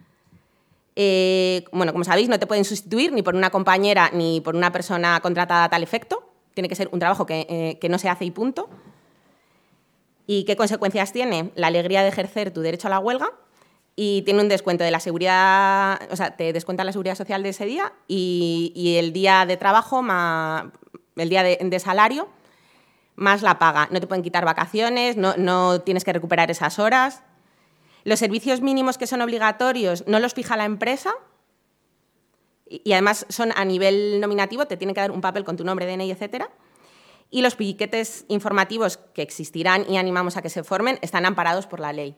S3: Bueno, como sabéis, no te pueden sustituir ni por una compañera ni por una persona contratada a tal efecto. Tiene que ser un trabajo que no se hace y punto. ¿Y qué consecuencias tiene? La alegría de ejercer tu derecho a la huelga, y tiene un descuento de la seguridad, o sea, te descuentan la seguridad social de ese día y el día de trabajo, el día de salario, más la paga. No te pueden quitar vacaciones, no tienes que recuperar esas horas. Los servicios mínimos que son obligatorios no los fija la empresa y además son a nivel nominativo, te tienen que dar un papel con tu nombre, DNI, etcétera. Y los piquetes informativos que existirán y animamos a que se formen están amparados por la ley.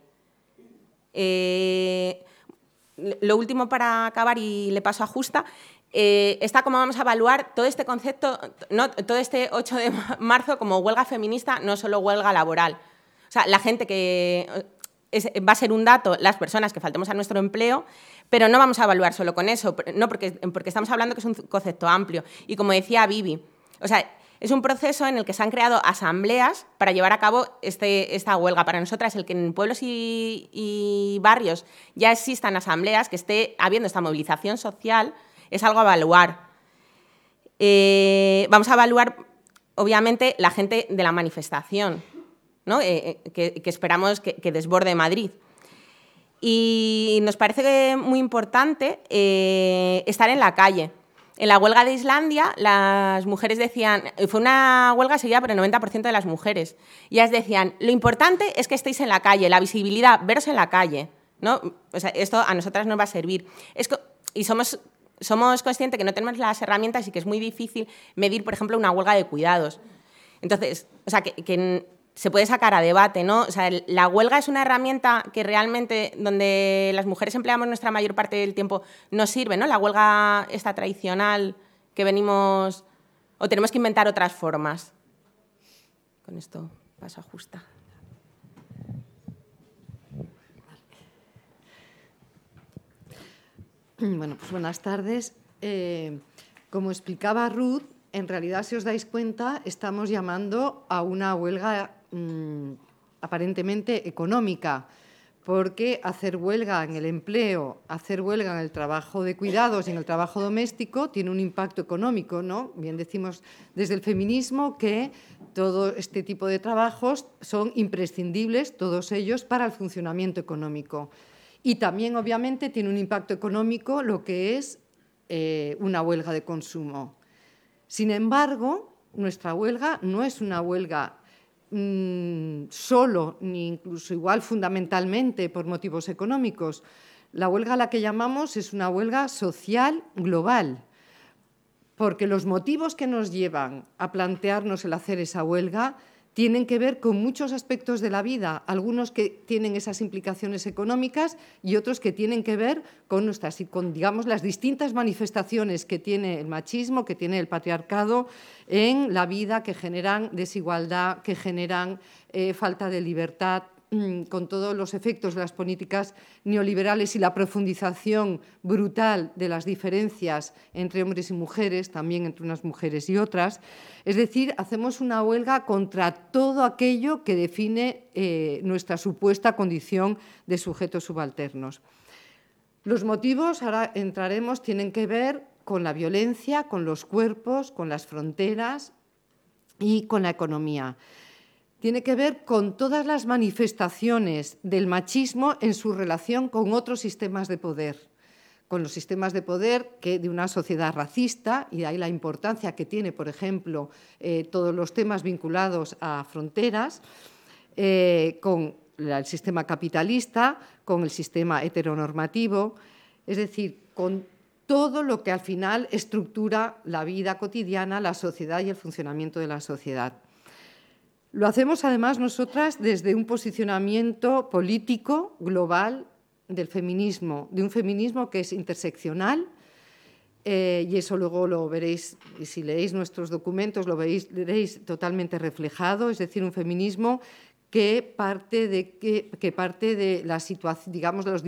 S3: Lo último para acabar, y le paso a Justa, está cómo vamos a evaluar todo este concepto, ¿no? Todo este 8 de marzo como huelga feminista, no solo huelga laboral. O sea, la gente que va a ser un dato las personas que faltemos a nuestro empleo, pero no vamos a evaluar solo con eso, no porque estamos hablando que es un concepto amplio. Y como decía Vivi, o sea, es un proceso en el que se han creado asambleas para llevar a cabo esta huelga. Para nosotras, el que en pueblos y barrios ya existan asambleas, que esté habiendo esta movilización social, es algo a evaluar. Vamos a evaluar, obviamente, la gente de la manifestación, ¿no? Que esperamos que desborde Madrid. Y nos parece muy importante estar en la calle. En la huelga de Islandia, las mujeres decían, fue una huelga seguida por el 90% de las mujeres, y ellas decían, lo importante es que estéis en la calle, la visibilidad, veros en la calle, ¿no? O sea, esto a nosotras nos va a servir. Y somos conscientes que no tenemos las herramientas y que es muy difícil medir, por ejemplo, una huelga de cuidados. Entonces, o sea, que se puede sacar a debate, ¿no? O sea, la huelga es una herramienta que realmente, donde las mujeres empleamos nuestra mayor parte del tiempo, nos sirve, ¿no? La huelga esta tradicional que venimos, o tenemos que inventar otras formas. Con esto paso a Justa.
S4: Bueno, pues buenas tardes. Como explicaba Ruth, en realidad, si os dais cuenta, estamos llamando a una huelga aparentemente económica, porque hacer huelga en el empleo, hacer huelga en el trabajo de cuidados y en el trabajo doméstico tiene un impacto económico, ¿no? Bien decimos desde el feminismo que todo este tipo de trabajos son imprescindibles, todos ellos, para el funcionamiento económico. Y también, obviamente, tiene un impacto económico lo que es una huelga de consumo. Sin embargo, nuestra huelga no es una huelga solo, ni incluso igual fundamentalmente por motivos económicos. La huelga a la que llamamos es una huelga social global, porque los motivos que nos llevan a plantearnos el hacer esa huelga tienen que ver con muchos aspectos de la vida, algunos que tienen esas implicaciones económicas y otros que tienen que ver con digamos, las distintas manifestaciones que tiene el machismo, que tiene el patriarcado en la vida, que generan desigualdad, que generan falta de libertad, con todos los efectos de las políticas neoliberales y la profundización brutal de las diferencias entre hombres y mujeres, también entre unas mujeres y otras. Es decir, hacemos una huelga contra todo aquello que define nuestra supuesta condición de sujetos subalternos. Los motivos, ahora entraremos, tienen que ver con la violencia, con los cuerpos, con las fronteras y con la economía. Tiene que ver con todas las manifestaciones del machismo en su relación con otros sistemas de poder, con los sistemas de poder de una sociedad racista, y de ahí la importancia que tiene, por ejemplo, todos los temas vinculados a fronteras, con el sistema capitalista, con el sistema heteronormativo, es decir, con todo lo que al final estructura la vida cotidiana, la sociedad y el funcionamiento de la sociedad. Lo hacemos, además, nosotras desde un posicionamiento político global del feminismo, de un feminismo que es interseccional, y eso luego lo veréis, y si leéis nuestros documentos lo veréis totalmente reflejado, es decir, un feminismo que parte de la situación, digamos, de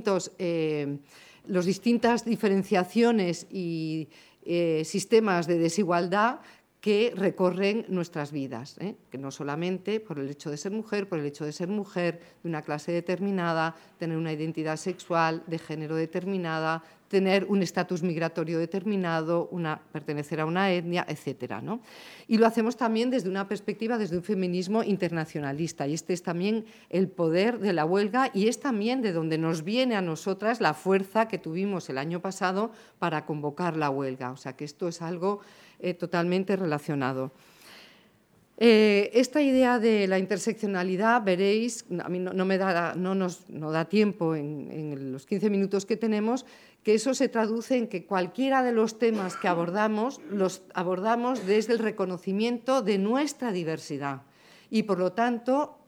S4: las distintas diferenciaciones y sistemas de desigualdad que recorren nuestras vidas, que no solamente por el hecho de ser mujer, de una clase determinada, tener una identidad sexual de género determinada, tener un estatus migratorio determinado, pertenecer a una etnia, etcétera, ¿no? Y lo hacemos también desde una perspectiva, desde un feminismo internacionalista, y este es también el poder de la huelga y es también de donde nos viene a nosotras la fuerza que tuvimos el año pasado para convocar la huelga, o sea que esto es algo totalmente relacionado. Esta idea de la interseccionalidad, veréis, a mí no nos da tiempo en los 15 minutos que tenemos, que eso se traduce en que cualquiera de los temas que abordamos, los abordamos desde el reconocimiento de nuestra diversidad y, por lo tanto,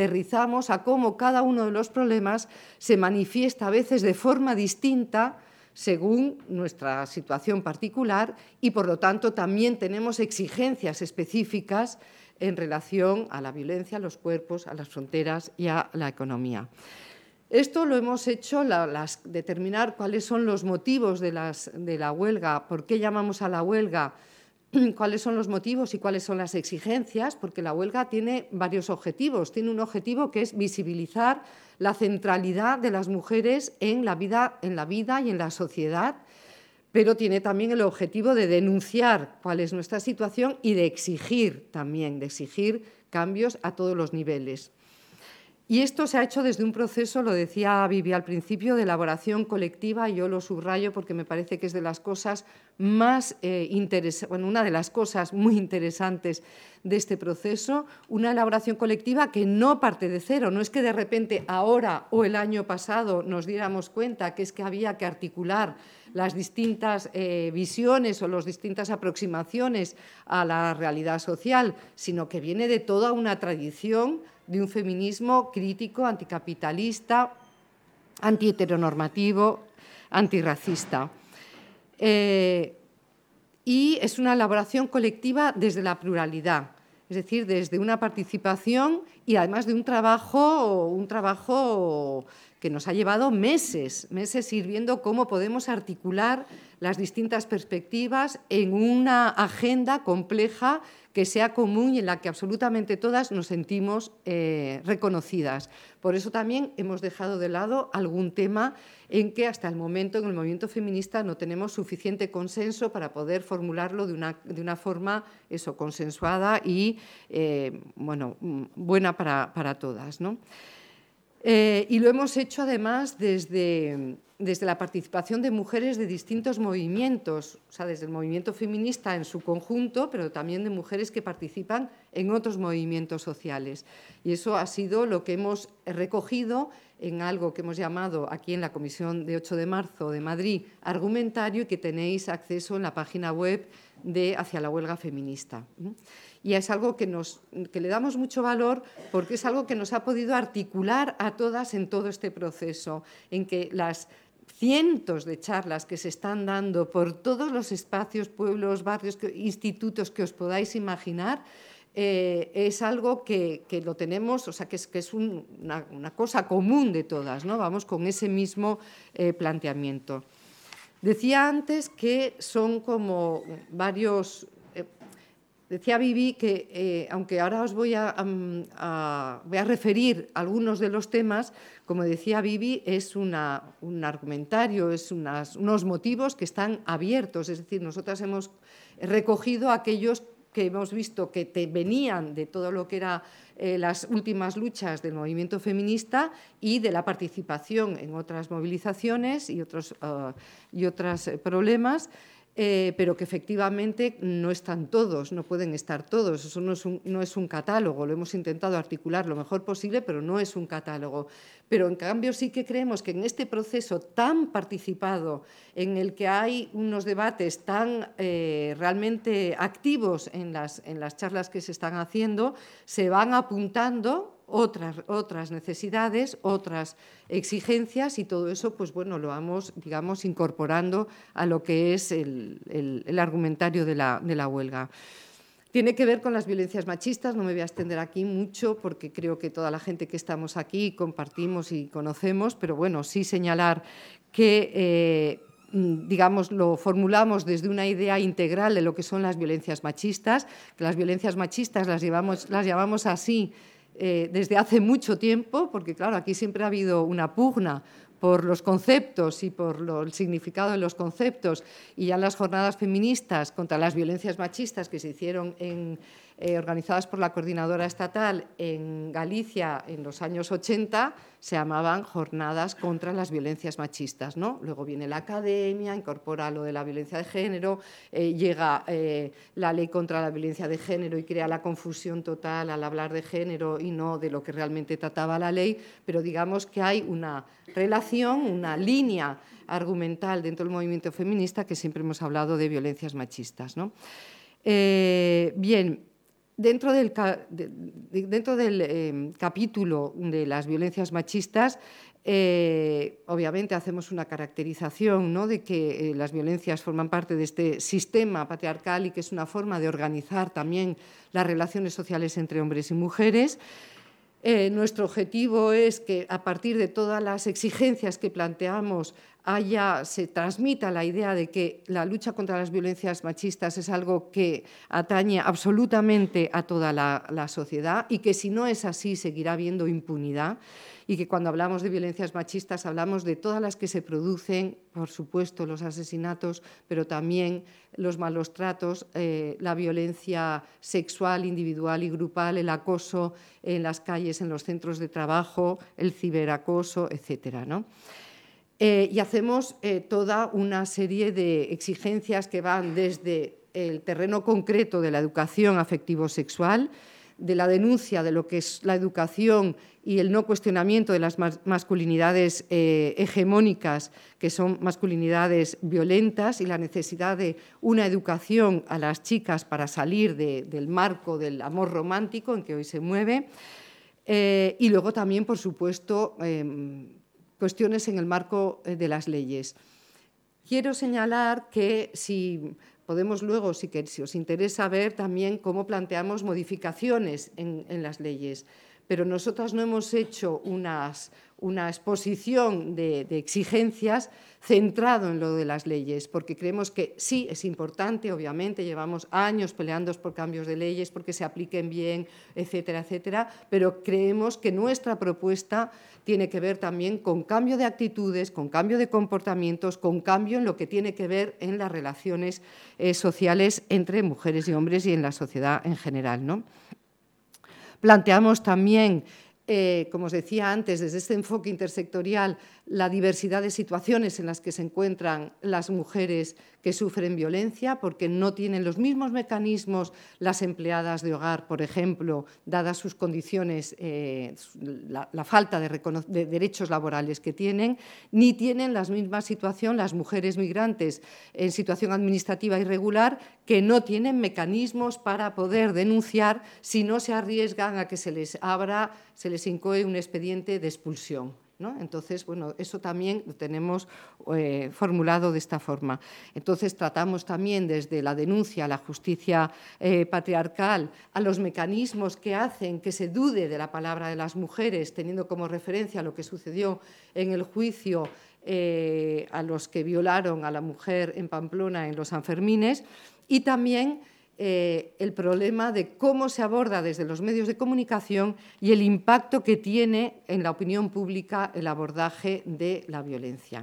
S4: aterrizamos a cómo cada uno de los problemas se manifiesta a veces de forma distinta según nuestra situación particular y, por lo tanto, también tenemos exigencias específicas en relación a la violencia, a los cuerpos, a las fronteras y a la economía. Esto lo hemos hecho, determinar cuáles son los motivos de la huelga, por qué llamamos a la huelga, cuáles son los motivos y cuáles son las exigencias, porque la huelga tiene varios objetivos. Tiene un objetivo que es visibilizar la centralidad de las mujeres en la vida y en la sociedad, pero tiene también el objetivo de denunciar cuál es nuestra situación y de exigir también, de exigir cambios a todos los niveles. Y esto se ha hecho desde un proceso, lo decía Vivi al principio, de elaboración colectiva, y yo lo subrayo porque me parece que es de las cosas más una de las cosas muy interesantes de este proceso, una elaboración colectiva que no parte de cero, no es que de repente ahora o el año pasado nos diéramos cuenta que es que había que articular las distintas visiones o las distintas aproximaciones a la realidad social, sino que viene de toda una tradición de un feminismo crítico, anticapitalista, antiheteronormativo, antirracista. Y es una elaboración colectiva desde la pluralidad, es decir, desde una participación y además de un trabajo que nos ha llevado meses ir viendo cómo podemos articular las distintas perspectivas en una agenda compleja que sea común y en la que absolutamente todas nos sentimos reconocidas. Por eso también hemos dejado de lado algún tema en que hasta el momento en el movimiento feminista no tenemos suficiente consenso para poder formularlo de una forma consensuada y buena para todas, ¿no? Y lo hemos hecho además desde la participación de mujeres de distintos movimientos, o sea, desde el movimiento feminista en su conjunto, pero también de mujeres que participan en otros movimientos sociales. Y eso ha sido lo que hemos recogido en algo que hemos llamado aquí en la Comisión de 8 de marzo de Madrid argumentario y que tenéis acceso en la página web de Hacia la Huelga Feminista. Y es algo que le damos mucho valor porque es algo que nos ha podido articular a todas en todo este proceso, en que las cientos de charlas que se están dando por todos los espacios, pueblos, barrios, institutos que os podáis imaginar, es algo que lo tenemos, o sea, que es una cosa común de todas, ¿no? Vamos con ese mismo planteamiento. Decía antes que son como varios... Decía Vivi que, aunque ahora os voy a referir algunos de los temas, como decía Vivi, es un argumentario, es unos motivos que están abiertos. Es decir, nosotras hemos recogido aquellos que hemos visto que venían de todo lo que eran las últimas luchas del movimiento feminista y de la participación en otras movilizaciones y otros problemas, pero que efectivamente no están todos, no pueden estar todos. Eso no es un catálogo, lo hemos intentado articular lo mejor posible, pero no es un catálogo. Pero en cambio sí que creemos que en este proceso tan participado, en el que hay unos debates tan realmente activos en las charlas que se están haciendo, se van apuntando otras necesidades, otras exigencias y todo eso, pues bueno, lo vamos, digamos, incorporando a lo que es el argumentario de la huelga. Tiene que ver con las violencias machistas, no me voy a extender aquí mucho porque creo que toda la gente que estamos aquí compartimos y conocemos, pero bueno, sí señalar que digamos, lo formulamos desde una idea integral de lo que son las violencias machistas, que las violencias machistas las llamamos así desde hace mucho tiempo, porque claro, aquí siempre ha habido una pugna por los conceptos y por el significado de los conceptos, y ya en las jornadas feministas contra las violencias machistas que se hicieron organizadas por la Coordinadora Estatal en Galicia en los años 80, se llamaban Jornadas contra las Violencias Machistas, ¿no? Luego viene la academia, incorpora lo de la violencia de género, llega la ley contra la violencia de género y crea la confusión total al hablar de género y no de lo que realmente trataba la ley, pero digamos que hay una relación, una línea argumental dentro del movimiento feminista que siempre hemos hablado de violencias machistas, ¿no? Bien, dentro del capítulo de las violencias machistas Obviamente hacemos una caracterización, ¿no?, de que las violencias forman parte de este sistema patriarcal y que es una forma de organizar también las relaciones sociales entre hombres y mujeres. Nuestro objetivo es que, a partir de todas las exigencias que planteamos, se transmita la idea de que la lucha contra las violencias machistas es algo que atañe absolutamente a toda la sociedad y que, si no es así, seguirá habiendo impunidad, y que cuando hablamos de violencias machistas hablamos de todas las que se producen, por supuesto los asesinatos, pero también los malos tratos, la violencia sexual, individual y grupal, el acoso en las calles, en los centros de trabajo, el ciberacoso, etcétera, ¿no? Y hacemos toda una serie de exigencias que van desde el terreno concreto de la educación afectivo-sexual, de la denuncia de lo que es la educación y el no cuestionamiento de las masculinidades hegemónicas, que son masculinidades violentas, y la necesidad de una educación a las chicas para salir del marco del amor romántico en que hoy se mueve. Y luego también, por supuesto, cuestiones en el marco de las leyes. Quiero señalar que si podemos luego, si os interesa, ver también cómo planteamos modificaciones en las leyes, pero nosotras no hemos hecho una exposición de exigencias centrado en lo de las leyes, porque creemos que sí es importante, obviamente, llevamos años peleando por cambios de leyes, porque se apliquen bien, etcétera, etcétera, pero creemos que nuestra propuesta tiene que ver también con cambio de actitudes, con cambio de comportamientos, con cambio en lo que tiene que ver en las relaciones sociales entre mujeres y hombres y en la sociedad en general, ¿no? Planteamos también, como os decía antes, desde este enfoque intersectorial, la diversidad de situaciones en las que se encuentran las mujeres que sufren violencia, porque no tienen los mismos mecanismos las empleadas de hogar, por ejemplo, dadas sus condiciones, la falta de derechos laborales que tienen, ni tienen la misma situación las mujeres migrantes en situación administrativa irregular, que no tienen mecanismos para poder denunciar si no se arriesgan a que se les incoe un expediente de expulsión, ¿no? Entonces, bueno, eso también lo tenemos formulado de esta forma. Entonces, tratamos también desde la denuncia a la justicia patriarcal, a los mecanismos que hacen que se dude de la palabra de las mujeres, teniendo como referencia lo que sucedió en el juicio a los que violaron a la mujer en Pamplona en los Sanfermines, y también el problema de cómo se aborda desde los medios de comunicación y el impacto que tiene en la opinión pública el abordaje de la violencia.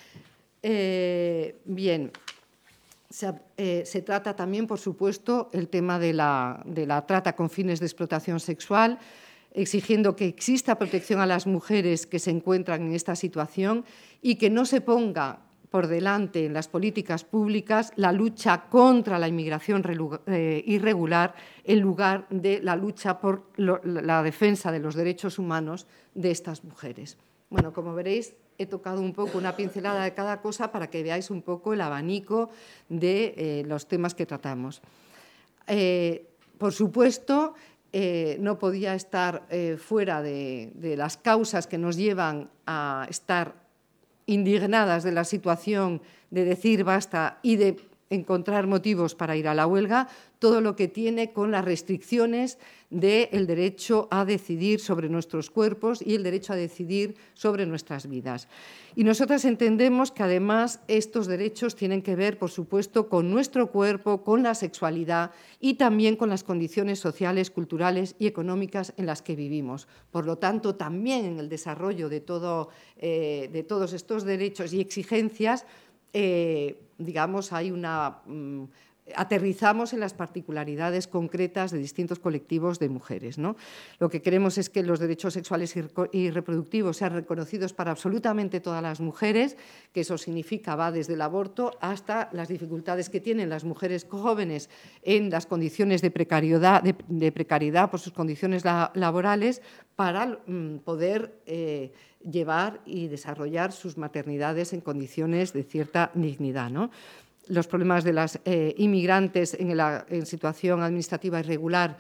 S4: Bien, se trata también, por supuesto, el tema de la trata con fines de explotación sexual, exigiendo que exista protección a las mujeres que se encuentran en esta situación y que no se ponga por delante en las políticas públicas la lucha contra la inmigración irregular en lugar de la lucha por la defensa de los derechos humanos de estas mujeres. Bueno, como veréis, he tocado un poco una pincelada de cada cosa para que veáis un poco el abanico de los temas que tratamos. Por supuesto, no podía estar fuera de las causas que nos llevan a estar indignadas de la situación, de decir basta y de encontrar motivos para ir a la huelga, todo lo que tiene con las restricciones del derecho a decidir sobre nuestros cuerpos y el derecho a decidir sobre nuestras vidas. Y nosotras entendemos que además estos derechos tienen que ver, por supuesto, con nuestro cuerpo, con la sexualidad y también con las condiciones sociales, culturales y económicas en las que vivimos. Por lo tanto, también en el desarrollo de todos estos derechos y exigencias, digamos, hay aterrizamos en las particularidades concretas de distintos colectivos de mujeres, ¿no? Lo que queremos es que los derechos sexuales y reproductivos sean reconocidos para absolutamente todas las mujeres, que eso significa, va desde el aborto hasta las dificultades que tienen las mujeres jóvenes en las condiciones de precariedad por sus condiciones laborales, para poder llevar y desarrollar sus maternidades en condiciones de cierta dignidad, ¿no? Los problemas de las inmigrantes en situación administrativa irregular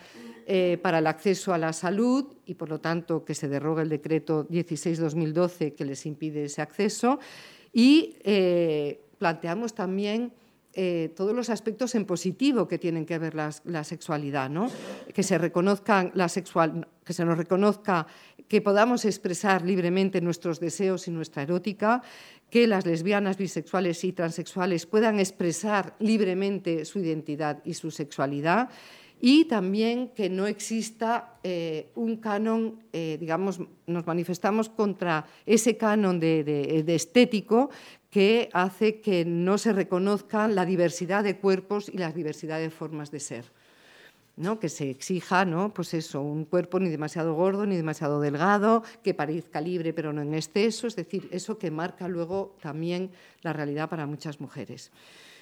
S4: para el acceso a la salud y, por lo tanto, que se derogue el decreto 16/2012 que les impide ese acceso. Y planteamos también todos los aspectos en positivo que tienen que ver la sexualidad, ¿no? Que se reconozcan que se nos reconozca que podamos expresar libremente nuestros deseos y nuestra erótica, que las lesbianas, bisexuales y transexuales puedan expresar libremente su identidad y su sexualidad, y también que no exista un canon, digamos, nos manifestamos contra ese canon de estético que hace que no se reconozcan la diversidad de cuerpos y la diversidad de formas de ser, ¿no? Que se exija, ¿no? Pues eso, un cuerpo ni demasiado gordo ni demasiado delgado, que parezca libre pero no en exceso, es decir, eso que marca luego también la realidad para muchas mujeres.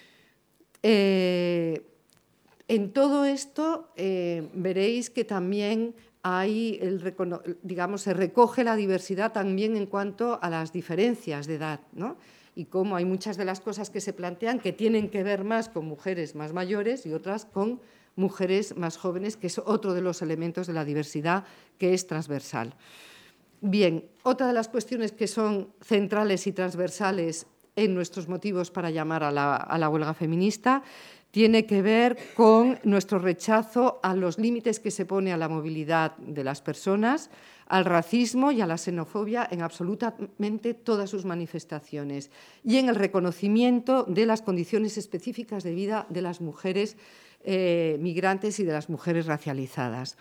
S4: En todo esto veréis que también hay digamos, se recoge la diversidad también en cuanto a las diferencias de edad, ¿no? Y cómo hay muchas de las cosas que se plantean que tienen que ver más con mujeres más mayores y otras con mujeres más jóvenes, que es otro de los elementos de la diversidad que es transversal. Bien, otra de las cuestiones que son centrales y transversales en nuestros motivos para llamar a la huelga feminista tiene que ver con nuestro rechazo a los límites que se pone a la movilidad de las personas, al racismo y a la xenofobia en absolutamente todas sus manifestaciones, y en el reconocimiento de las condiciones específicas de vida de las mujeres migrantes y de las mujeres racializadas.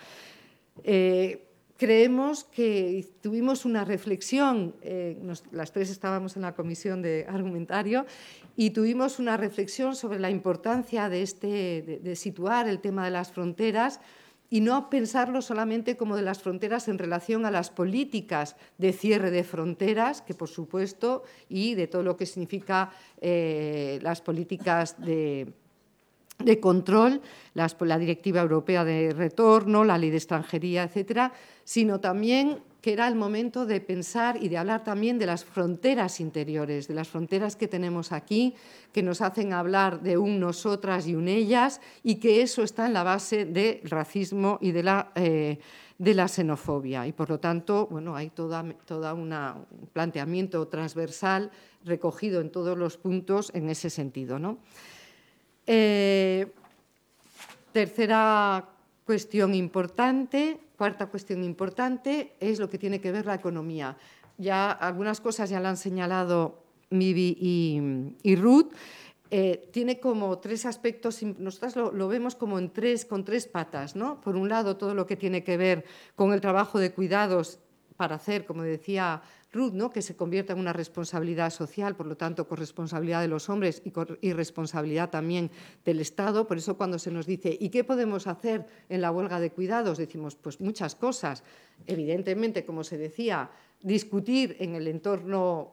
S4: Creemos que tuvimos una reflexión, las tres estábamos en la comisión de argumentario, y tuvimos una reflexión sobre la importancia de situar el tema de las fronteras y no pensarlo solamente como de las fronteras en relación a las políticas de cierre de fronteras, que por supuesto, y de todo lo que significa las políticas de control, la Directiva Europea de Retorno, la Ley de Extranjería, etcétera, sino también que era el momento de pensar y de hablar también de las fronteras interiores, de las fronteras que tenemos aquí, que nos hacen hablar de un nosotras y un ellas, y que eso está en la base del racismo y de la xenofobia. Y, por lo tanto, bueno, hay todo un planteamiento transversal recogido en todos los puntos en ese sentido, ¿no? Tercera cuestión importante, cuarta cuestión importante, es lo que tiene que ver la economía. Ya algunas cosas ya la han señalado Mibi y Ruth. Tiene como tres aspectos, nosotras lo vemos como con tres patas, ¿no? Por un lado, todo lo que tiene que ver con el trabajo de cuidados para hacer, como decía Ruth, ¿no? Que se convierta en una responsabilidad social, por lo tanto, corresponsabilidad de los hombres y responsabilidad también del Estado. Por eso, cuando se nos dice ¿y qué podemos hacer en la huelga de cuidados? Decimos, pues muchas cosas. Evidentemente, como se decía, discutir en el entorno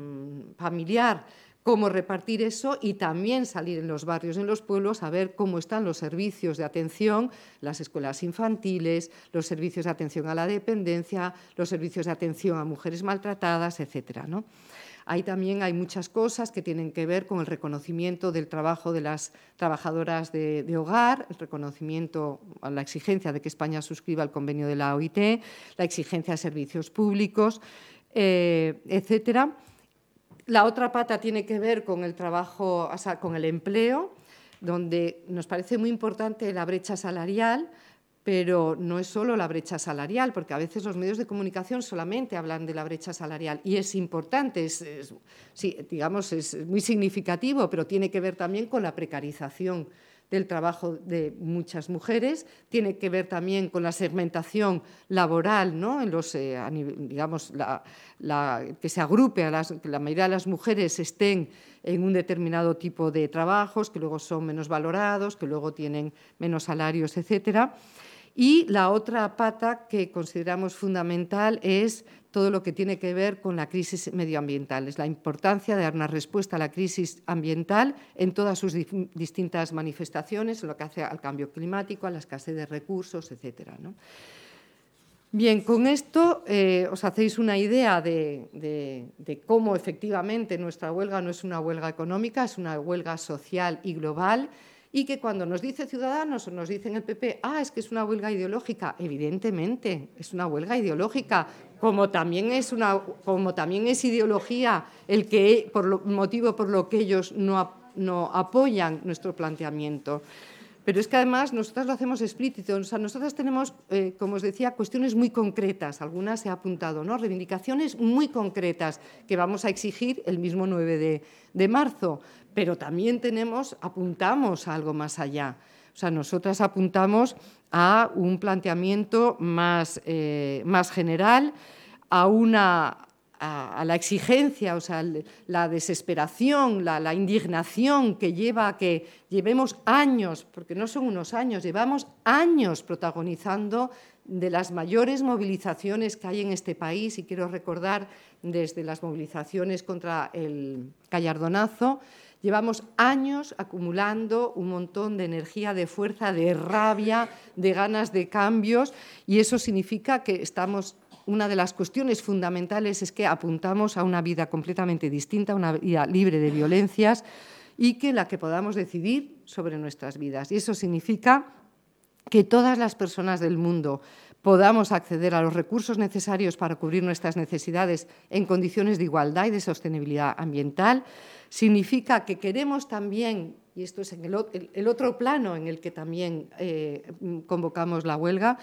S4: familiar cómo repartir eso, y también salir en los barrios, en los pueblos, a ver cómo están los servicios de atención, las escuelas infantiles, los servicios de atención a la dependencia, los servicios de atención a mujeres maltratadas, etcétera, ¿no? Ahí también hay muchas cosas que tienen que ver con el reconocimiento del trabajo de las trabajadoras de hogar, el reconocimiento a la exigencia de que España suscriba el convenio de la OIT, la exigencia de servicios públicos, etcétera. La otra pata tiene que ver con el trabajo, o sea, con el empleo, donde nos parece muy importante la brecha salarial, pero no es solo la brecha salarial, porque a veces los medios de comunicación solamente hablan de la brecha salarial, y es importante, sí, digamos, es muy significativo, pero tiene que ver también con la precarización del trabajo de muchas mujeres, tiene que ver también con la segmentación laboral, ¿no? En los, digamos, que se agrupe, que la mayoría de las mujeres estén en un determinado tipo de trabajos, que luego son menos valorados, que luego tienen menos salarios, etcétera. Y la otra pata que consideramos fundamental es todo lo que tiene que ver con la crisis medioambiental. Es la importancia de dar una respuesta a la crisis ambiental en todas sus distintas manifestaciones, en lo que hace al cambio climático, a la escasez de recursos, etcétera, ¿no? Bien, con esto os hacéis una idea de cómo efectivamente nuestra huelga no es una huelga económica, es una huelga social y global, Y que cuando nos dice Ciudadanos o nos dicen el PP, es que es una huelga ideológica, evidentemente es una huelga ideológica, como también es ideología el motivo por lo que ellos no apoyan nuestro planteamiento. Pero es que además nosotras lo hacemos explícito. O sea, nosotras tenemos, como os decía, cuestiones muy concretas, algunas se ha apuntado, ¿no? Reivindicaciones muy concretas que vamos a exigir el mismo 9 de marzo, pero también apuntamos a algo más allá. O sea, nosotras apuntamos a un planteamiento más general, a la exigencia, o sea, la desesperación, la indignación que lleva a que llevemos años, porque no son unos años, llevamos años protagonizando de las mayores movilizaciones que hay en este país, y quiero recordar desde las movilizaciones contra el Gallardonazo, llevamos años acumulando un montón de energía, de fuerza, de rabia, de ganas de cambios, y eso significa que una de las cuestiones fundamentales es que apuntamos a una vida completamente distinta, una vida libre de violencias y que la que podamos decidir sobre nuestras vidas. Y eso significa que todas las personas del mundo podamos acceder a los recursos necesarios para cubrir nuestras necesidades en condiciones de igualdad y de sostenibilidad ambiental. Significa que queremos también, y esto es en el otro plano en el que también convocamos la huelga,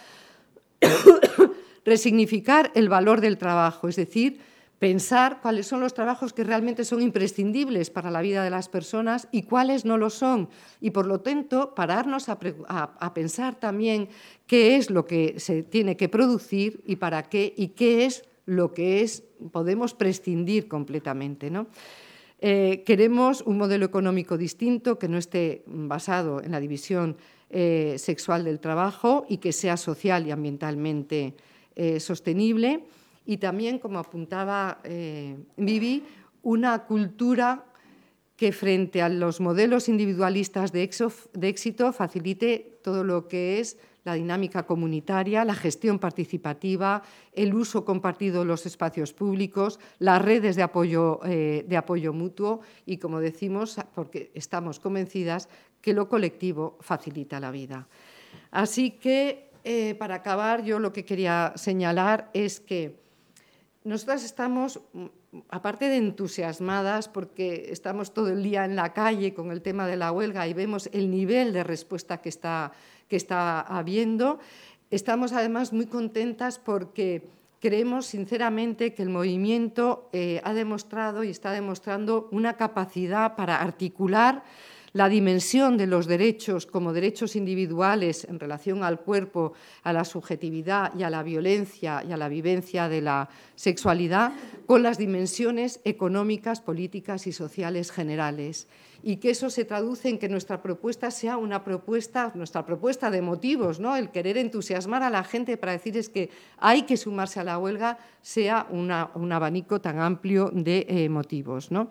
S4: resignificar el valor del trabajo, es decir, pensar cuáles son los trabajos que realmente son imprescindibles para la vida de las personas y cuáles no lo son. Y, por lo tanto, pararnos a pensar también qué es lo que se tiene que producir y para qué, y qué es lo que podemos prescindir completamente, ¿no? Queremos un modelo económico distinto que no esté basado en la división sexual del trabajo y que sea social y ambientalmente sostenible, y también, como apuntaba Vivi, una cultura que frente a los modelos individualistas de éxito facilite todo lo que es la dinámica comunitaria, la gestión participativa, el uso compartido de los espacios públicos, las redes de apoyo mutuo y, como decimos, porque estamos convencidas que lo colectivo facilita la vida. Así que, para acabar, yo lo que quería señalar es que nosotras estamos, aparte de entusiasmadas, porque estamos todo el día en la calle con el tema de la huelga y vemos el nivel de respuesta que está habiendo, estamos además muy contentas porque creemos sinceramente que el movimiento ha demostrado y está demostrando una capacidad para articular la dimensión de los derechos como derechos individuales en relación al cuerpo, a la subjetividad y a la violencia y a la vivencia de la sexualidad con las dimensiones económicas, políticas y sociales generales. Y que eso se traduce en que nuestra propuesta sea nuestra propuesta de motivos, ¿no? El querer entusiasmar a la gente para decirles que hay que sumarse a la huelga sea un abanico tan amplio de motivos, ¿no?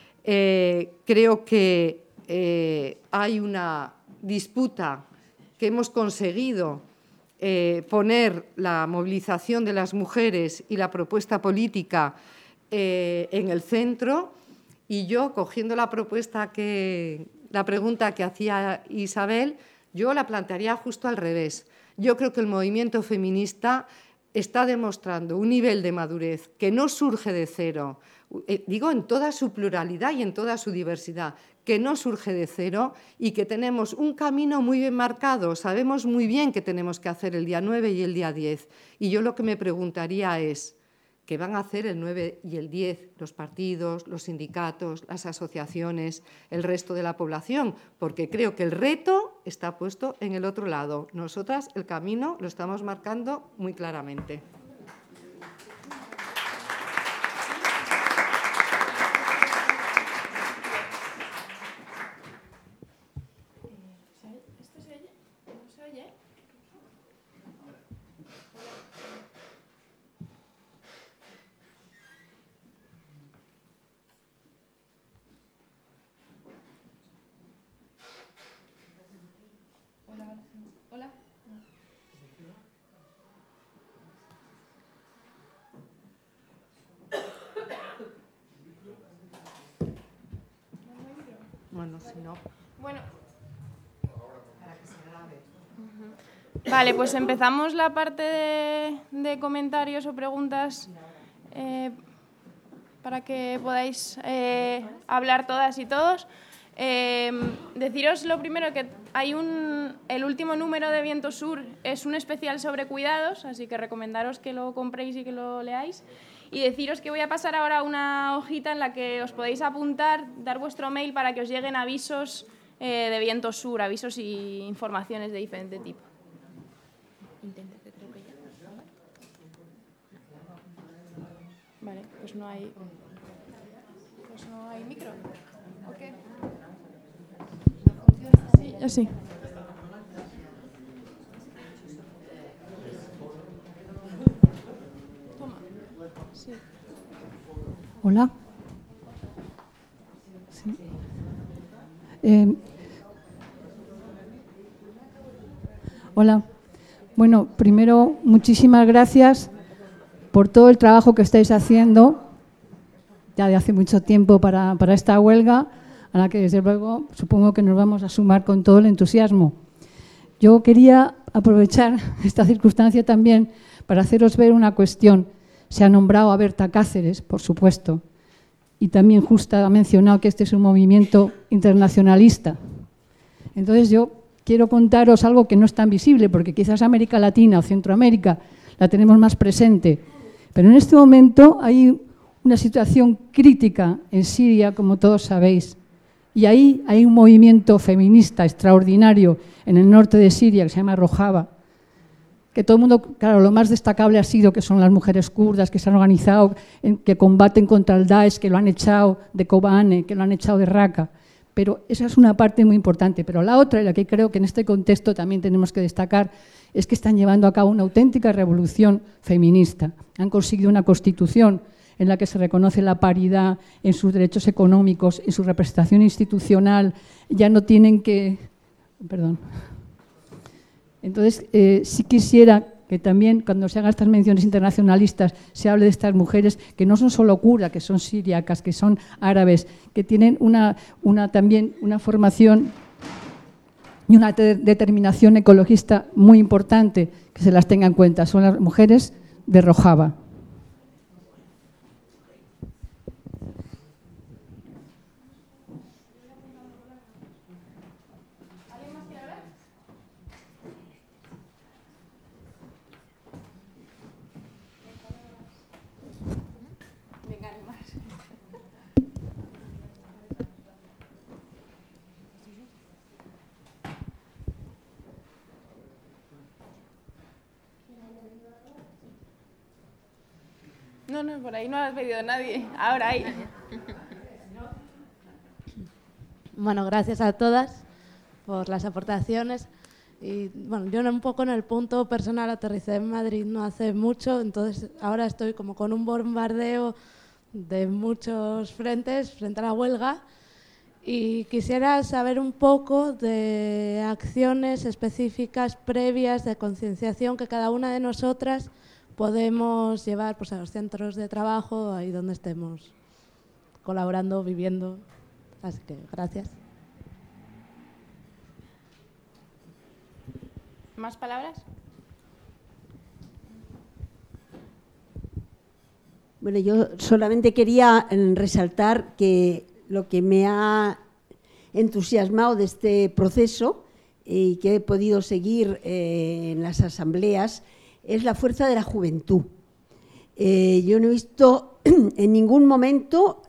S4: Creo que hay una disputa que hemos conseguido poner la movilización de las mujeres y la propuesta política en el centro, y yo, cogiendo la pregunta que hacía Isabel, yo la plantearía justo al revés. Yo creo que el movimiento feminista está demostrando un nivel de madurez que no surge de cero, digo en toda su pluralidad y en toda su diversidad, que no surge de cero y que tenemos un camino muy bien marcado. Sabemos muy bien qué tenemos que hacer el día 9 y el día 10. Y yo lo que me preguntaría es, ¿qué van a hacer el 9 y el 10 los partidos, los sindicatos, las asociaciones, el resto de la población? Porque creo que el reto está puesto en el otro lado. Nosotras el camino lo estamos marcando muy claramente.
S1: Hola.
S4: Bueno, si no.
S1: Bueno, Vale, pues empezamos la parte de comentarios o preguntas para que podáis hablar todas y todos. Deciros lo primero que hay el último número de Viento Sur es un especial sobre cuidados, así que recomendaros que lo compréis y que lo leáis. Y deciros que voy a pasar ahora una hojita en la que os podéis apuntar, dar vuestro mail para que os lleguen avisos de Viento Sur, avisos y informaciones de diferente tipo. Vale, pues no hay micro. Okay. Sí, yo sí. Toma. Sí.
S5: Hola. Sí. Hola. Bueno, primero, muchísimas gracias por todo el trabajo que estáis haciendo ya de hace mucho tiempo para esta huelga, a la que desde luego supongo que nos vamos a sumar con todo el entusiasmo. Yo quería aprovechar esta circunstancia también para haceros ver una cuestión. Se ha nombrado a Berta Cáceres, por supuesto, y también Justa ha mencionado que este es un movimiento internacionalista. Entonces yo quiero contaros algo que no es tan visible, porque quizás América Latina o Centroamérica la tenemos más presente, pero en este momento hay una situación crítica en Siria, como todos sabéis, y ahí hay un movimiento feminista extraordinario en el norte de Siria que se llama Rojava, que todo el mundo, claro, lo más destacable ha sido que son las mujeres kurdas que se han organizado, que combaten contra el Daesh, que lo han echado de Kobane, que lo han echado de Raqqa, pero esa es una parte muy importante. Pero la otra, y la que creo que en este contexto también tenemos que destacar, es que están llevando a cabo una auténtica revolución feminista. Han conseguido una constitución en la que se reconoce la paridad en sus derechos económicos, en su representación institucional, ya no tienen que... Perdón. Entonces, sí quisiera que también, cuando se hagan estas menciones internacionalistas, se hable de estas mujeres que no son solo kurdas, que son siriacas, que son árabes, que tienen también una formación y una determinación ecologista muy importante, que se las tenga en cuenta. Son las mujeres de Rojava.
S1: No, por ahí no has pedido nadie. Ahora hay.
S6: Bueno, gracias a todas por las aportaciones. Y bueno, yo un poco en el punto personal aterricé en Madrid no hace mucho, entonces ahora estoy como con un bombardeo de muchos frentes frente a la huelga y quisiera saber un poco de acciones específicas previas de concienciación que cada una de nosotras podemos llevar pues, a los centros de trabajo, ahí donde estemos colaborando, viviendo. Así que gracias.
S1: ¿Más palabras?
S7: Bueno, yo solamente quería resaltar que lo que me ha entusiasmado de este proceso y que he podido seguir en las asambleas es la fuerza de la juventud. Yo no he visto en ningún momento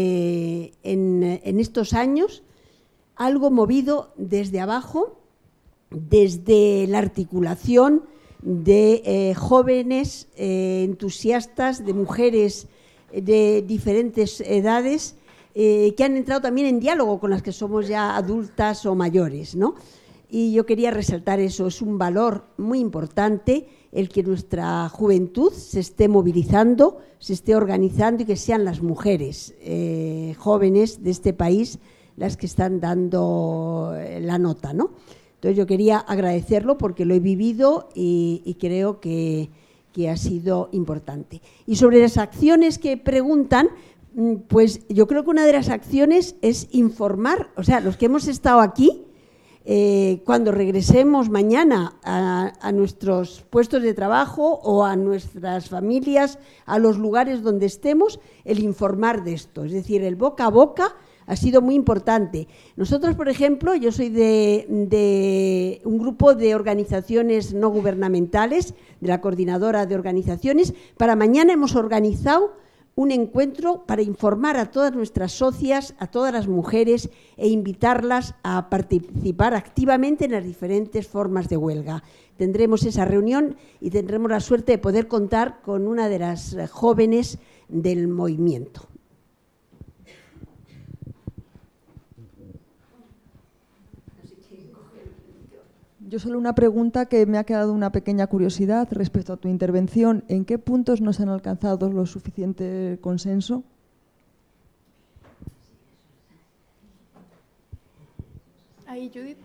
S7: en estos años algo movido desde abajo, desde la articulación de jóvenes entusiastas, de mujeres de diferentes edades que han entrado también en diálogo con las que somos ya adultas o mayores, ¿no? Y yo quería resaltar eso, es un valor muy importante el que nuestra juventud se esté movilizando, se esté organizando y que sean las mujeres jóvenes de este país las que están dando la nota, ¿no? Entonces yo quería agradecerlo porque lo he vivido y creo que ha sido importante. Y sobre las acciones que preguntan, pues yo creo que una de las acciones es informar, o sea, los que hemos estado aquí, cuando regresemos mañana a nuestros puestos de trabajo o a nuestras familias, a los lugares donde estemos, el informar de esto. Es decir, el boca a boca ha sido muy importante. Nosotros, por ejemplo, yo soy de un grupo de organizaciones no gubernamentales, de la Coordinadora de Organizaciones. Para mañana hemos organizado un encuentro para informar a todas nuestras socias, a todas las mujeres e invitarlas a participar activamente en las diferentes formas de huelga. Tendremos esa reunión y tendremos la suerte de poder contar con una de las jóvenes del movimiento.
S8: Yo solo una pregunta que me ha quedado una pequeña curiosidad respecto a tu intervención. ¿En qué puntos no se han alcanzado lo suficiente consenso?
S1: Ahí, Judith.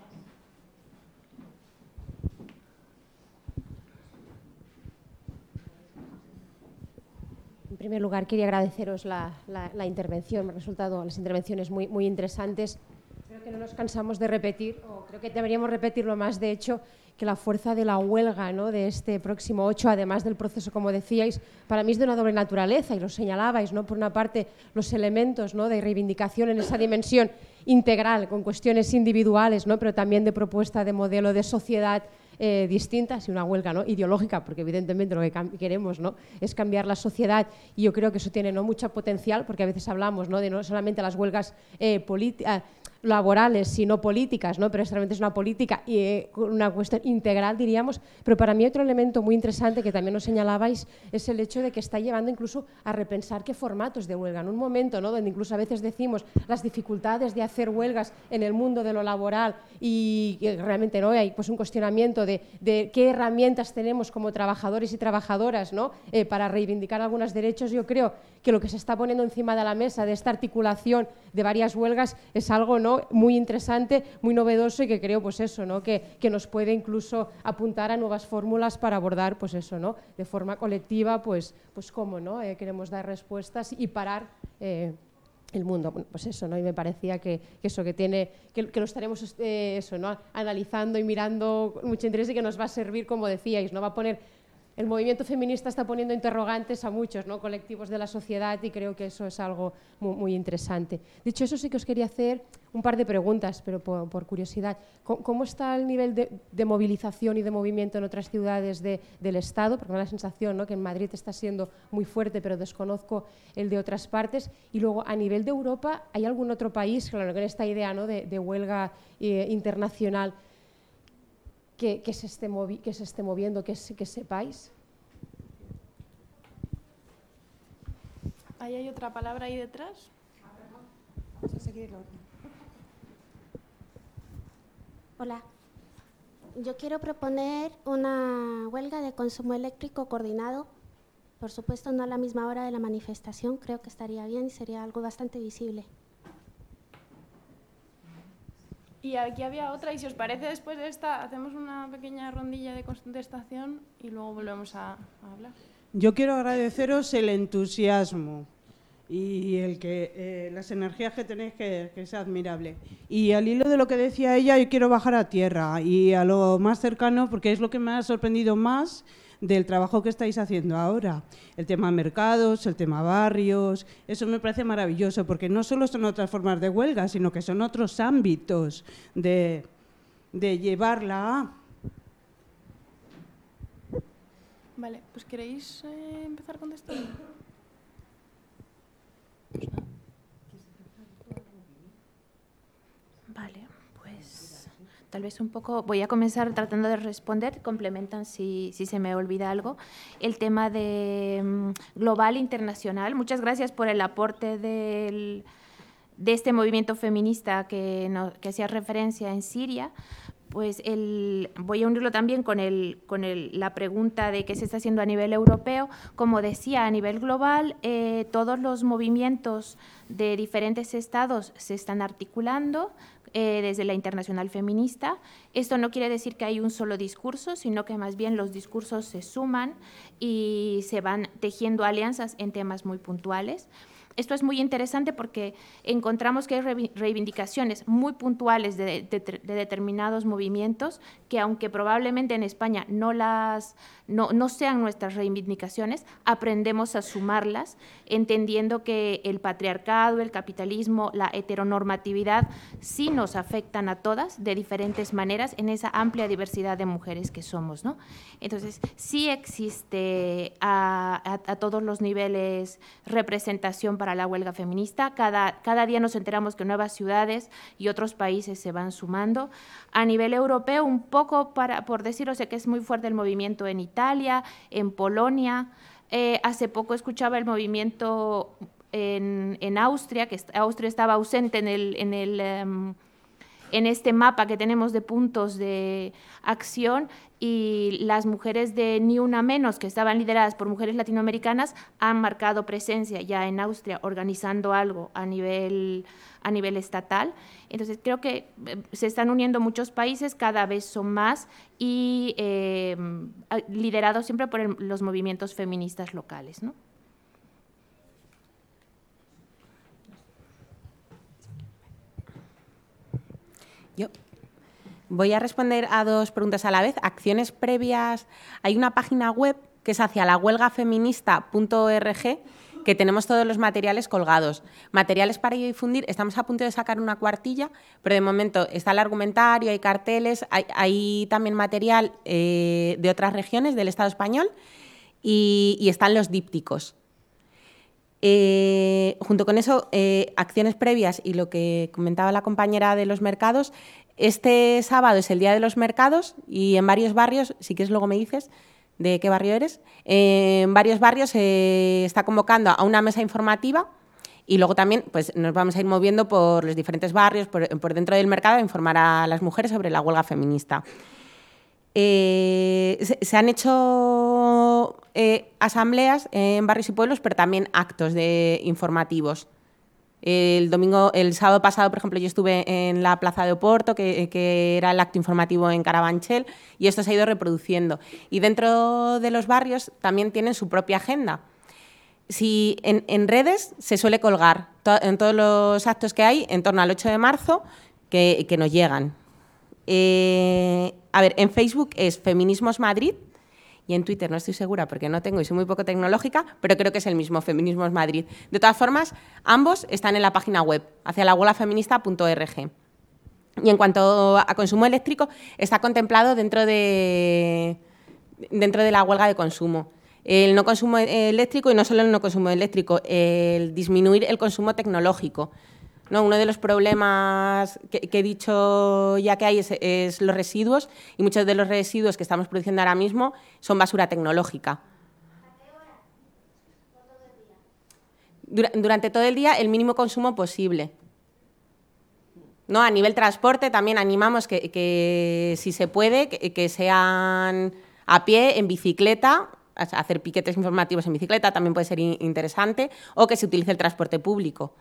S9: En primer lugar, quería agradeceros la intervención. Me han resultado las intervenciones muy interesantes. Creo que no nos cansamos de repetir, o creo que deberíamos repetirlo más, de hecho, que la fuerza de la huelga, ¿no?, de este próximo 8, además del proceso, como decíais, para mí es de una doble naturaleza, y lo señalabais, ¿no? Por una parte, los elementos, ¿no?, de reivindicación en esa dimensión integral, con cuestiones individuales, ¿no?, pero también de propuesta de modelo de sociedad distintas, y una huelga, ¿no?, ideológica, porque evidentemente lo que queremos, ¿no?, es cambiar la sociedad, y yo creo que eso tiene, ¿no?, mucho potencial, porque a veces hablamos, ¿no?, de no solamente las huelgas laborales, sino políticas, ¿no?, pero realmente es una política y una cuestión integral, diríamos. Pero para mí otro elemento muy interesante que también os señalabais es el hecho de que está llevando incluso a repensar qué formatos de huelga. En un momento, ¿no?, donde incluso a veces decimos las dificultades de hacer huelgas en el mundo de lo laboral y realmente no hay pues un cuestionamiento de qué herramientas tenemos como trabajadores y trabajadoras, ¿no?, para reivindicar algunos derechos. Yo creo que lo que se está poniendo encima de la mesa de esta articulación de varias huelgas es algo, ¿no?, muy interesante, muy novedoso, y que creo pues eso, ¿no?, que nos puede incluso apuntar a nuevas fórmulas para abordar pues eso, ¿no?, de forma colectiva pues cómo, ¿no?, queremos dar respuestas y parar el mundo. Bueno, pues eso, ¿no? Y me parecía que eso que tiene, que lo estaremos eso, ¿no?, analizando y mirando con mucho interés, y que nos va a servir, como decíais, ¿no?, va a poner. El movimiento feminista está poniendo interrogantes a muchos, ¿no?, colectivos de la sociedad, y creo que eso es algo muy interesante. Dicho eso, sí que os quería hacer un par de preguntas, pero por curiosidad. ¿Cómo está el nivel de movilización y de movimiento en otras ciudades del Estado? Porque me da la sensación, ¿no?, que en Madrid está siendo muy fuerte, pero desconozco el de otras partes. Y luego, a nivel de Europa, ¿hay algún otro país, claro, con esta idea, ¿no?, de huelga internacional, que se esté moviendo, que sepáis?
S1: Ahí hay otra palabra ahí detrás.
S10: Hola. Yo quiero proponer una huelga de consumo eléctrico coordinado. Por supuesto, no a la misma hora de la manifestación. Creo que estaría bien y sería algo bastante visible.
S1: Y aquí había otra, y si os parece, después de esta hacemos una pequeña rondilla de contestación y luego volvemos a hablar.
S11: Yo quiero agradeceros el entusiasmo y las energías que tenéis, que es admirable. Y al hilo de lo que decía ella, yo quiero bajar a tierra y a lo más cercano, porque es lo que me ha sorprendido más del trabajo que estáis haciendo ahora. El tema mercados, el tema barrios, eso me parece maravilloso, porque no solo son otras formas de huelga, sino que son otros ámbitos de llevarla a...
S1: Vale, pues ¿queréis empezar contestando?
S2: Vale, pues tal vez un poco, voy a comenzar tratando de responder, complementan si se me olvida algo. El tema de global internacional, muchas gracias por el aporte de este movimiento feminista que hacía referencia en Siria. Pues voy a unirlo también con la pregunta de qué se está haciendo a nivel europeo. Como decía, a nivel global, todos los movimientos de diferentes estados se están articulando desde la Internacional Feminista. Esto no quiere decir que hay un solo discurso, sino que más bien los discursos se suman y se van tejiendo alianzas en temas muy puntuales. esto es muy interesante porque encontramos que hay reivindicaciones muy puntuales de determinados movimientos que, aunque probablemente en España no sean nuestras reivindicaciones, aprendemos a sumarlas, entendiendo que el patriarcado, el capitalismo, la heteronormatividad sí nos afectan a todas de diferentes maneras en esa amplia diversidad de mujeres que somos, ¿no? Entonces, sí existe a todos los niveles representación para la huelga feminista. Cada día nos enteramos que nuevas ciudades y otros países se van sumando. A nivel europeo, un poco por decir, sé que es muy fuerte el movimiento en Italia, en Polonia. Hace poco escuchaba el movimiento en Austria, que Austria estaba ausente en este mapa que tenemos de puntos de acción, y las mujeres de Ni Una Menos, que estaban lideradas por mujeres latinoamericanas, han marcado presencia ya en Austria organizando algo a nivel estatal. Entonces creo que se están uniendo muchos países, cada vez son más, y liderados siempre por los movimientos feministas locales, ¿no?
S3: Yo voy a responder a dos preguntas a la vez. Acciones previas. Hay una página web que es hacia lahuelgafeminista.org, que tenemos todos los materiales colgados. Materiales para difundir. Estamos a punto de sacar una cuartilla, pero de momento está el argumentario, hay carteles, hay también material de otras regiones del Estado español y están los dípticos. Junto con eso, acciones previas y lo que comentaba la compañera de los mercados. Este sábado es el Día de los Mercados y en varios barrios, si quieres luego me dices de qué barrio eres, en varios barrios se está convocando a una mesa informativa y luego también pues, nos vamos a ir moviendo por los diferentes barrios, por dentro del mercado, a informar a las mujeres sobre la huelga feminista. Se han hecho asambleas en barrios y pueblos, pero también actos informativos. El sábado pasado, por ejemplo, yo estuve en la Plaza de Oporto, que era el acto informativo en Carabanchel, y esto se ha ido reproduciendo. Y dentro de los barrios también tienen su propia agenda. Si en redes se suele colgar en todos los actos que hay en torno al 8 de marzo que nos llegan. A ver, en Facebook es Feminismos Madrid y en Twitter no estoy segura porque no tengo y soy muy poco tecnológica, pero creo que es el mismo, Feminismos Madrid. De todas formas, ambos están en la página web, hacia lahuelgafeminista.org. Y en cuanto a consumo eléctrico, está contemplado dentro de la huelga de consumo. El no consumo eléctrico y no solo el no consumo eléctrico, el disminuir el consumo tecnológico. ¿No? Uno de los problemas que he dicho ya que hay es los residuos, y muchos de los residuos que estamos produciendo ahora mismo son basura tecnológica. Durante todo el día el mínimo consumo posible. ¿No? A nivel transporte también animamos que si se puede, que sean a pie, en bicicleta, hacer piquetes informativos en bicicleta también puede ser interesante, o que se utilice el transporte público.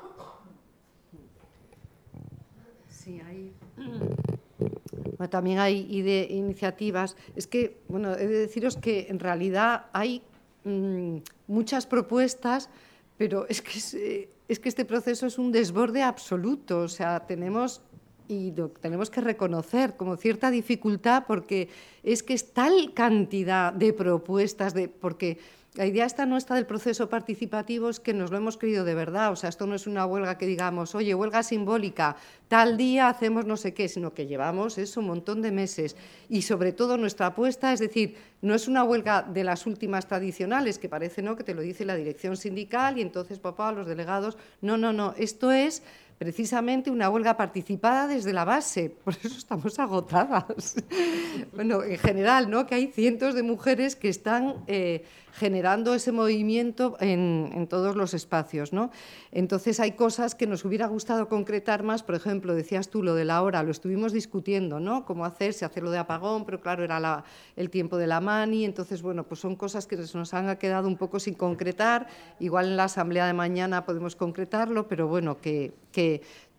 S4: Bueno, también hay iniciativas. Es que, bueno, he de deciros que en realidad hay muchas propuestas, pero es que este proceso es un desborde absoluto. O sea, tenemos que reconocer como cierta dificultad, porque es que es tal cantidad de propuestas, porque la idea esta nuestra del proceso participativo es que nos lo hemos creído de verdad. O sea, esto no es una huelga que digamos, oye, huelga simbólica, tal día hacemos no sé qué, sino que llevamos eso un montón de meses. Y sobre todo nuestra apuesta, es decir, no es una huelga de las últimas tradicionales, que parece, ¿no?, que te lo dice la dirección sindical y entonces, los delegados. No, esto es precisamente una huelga participada desde la base, por eso estamos agotadas. Bueno, en general, ¿no?, que hay cientos de mujeres que están generando ese movimiento en todos los espacios, ¿no? Entonces hay cosas que nos hubiera gustado concretar más. Por ejemplo, decías tú lo de la hora, lo estuvimos discutiendo, ¿no?, cómo hacerlo de apagón, pero claro, era el tiempo de la mani. Entonces, bueno, pues son cosas que nos han quedado un poco sin concretar. Igual en la asamblea de mañana podemos concretarlo, pero bueno, que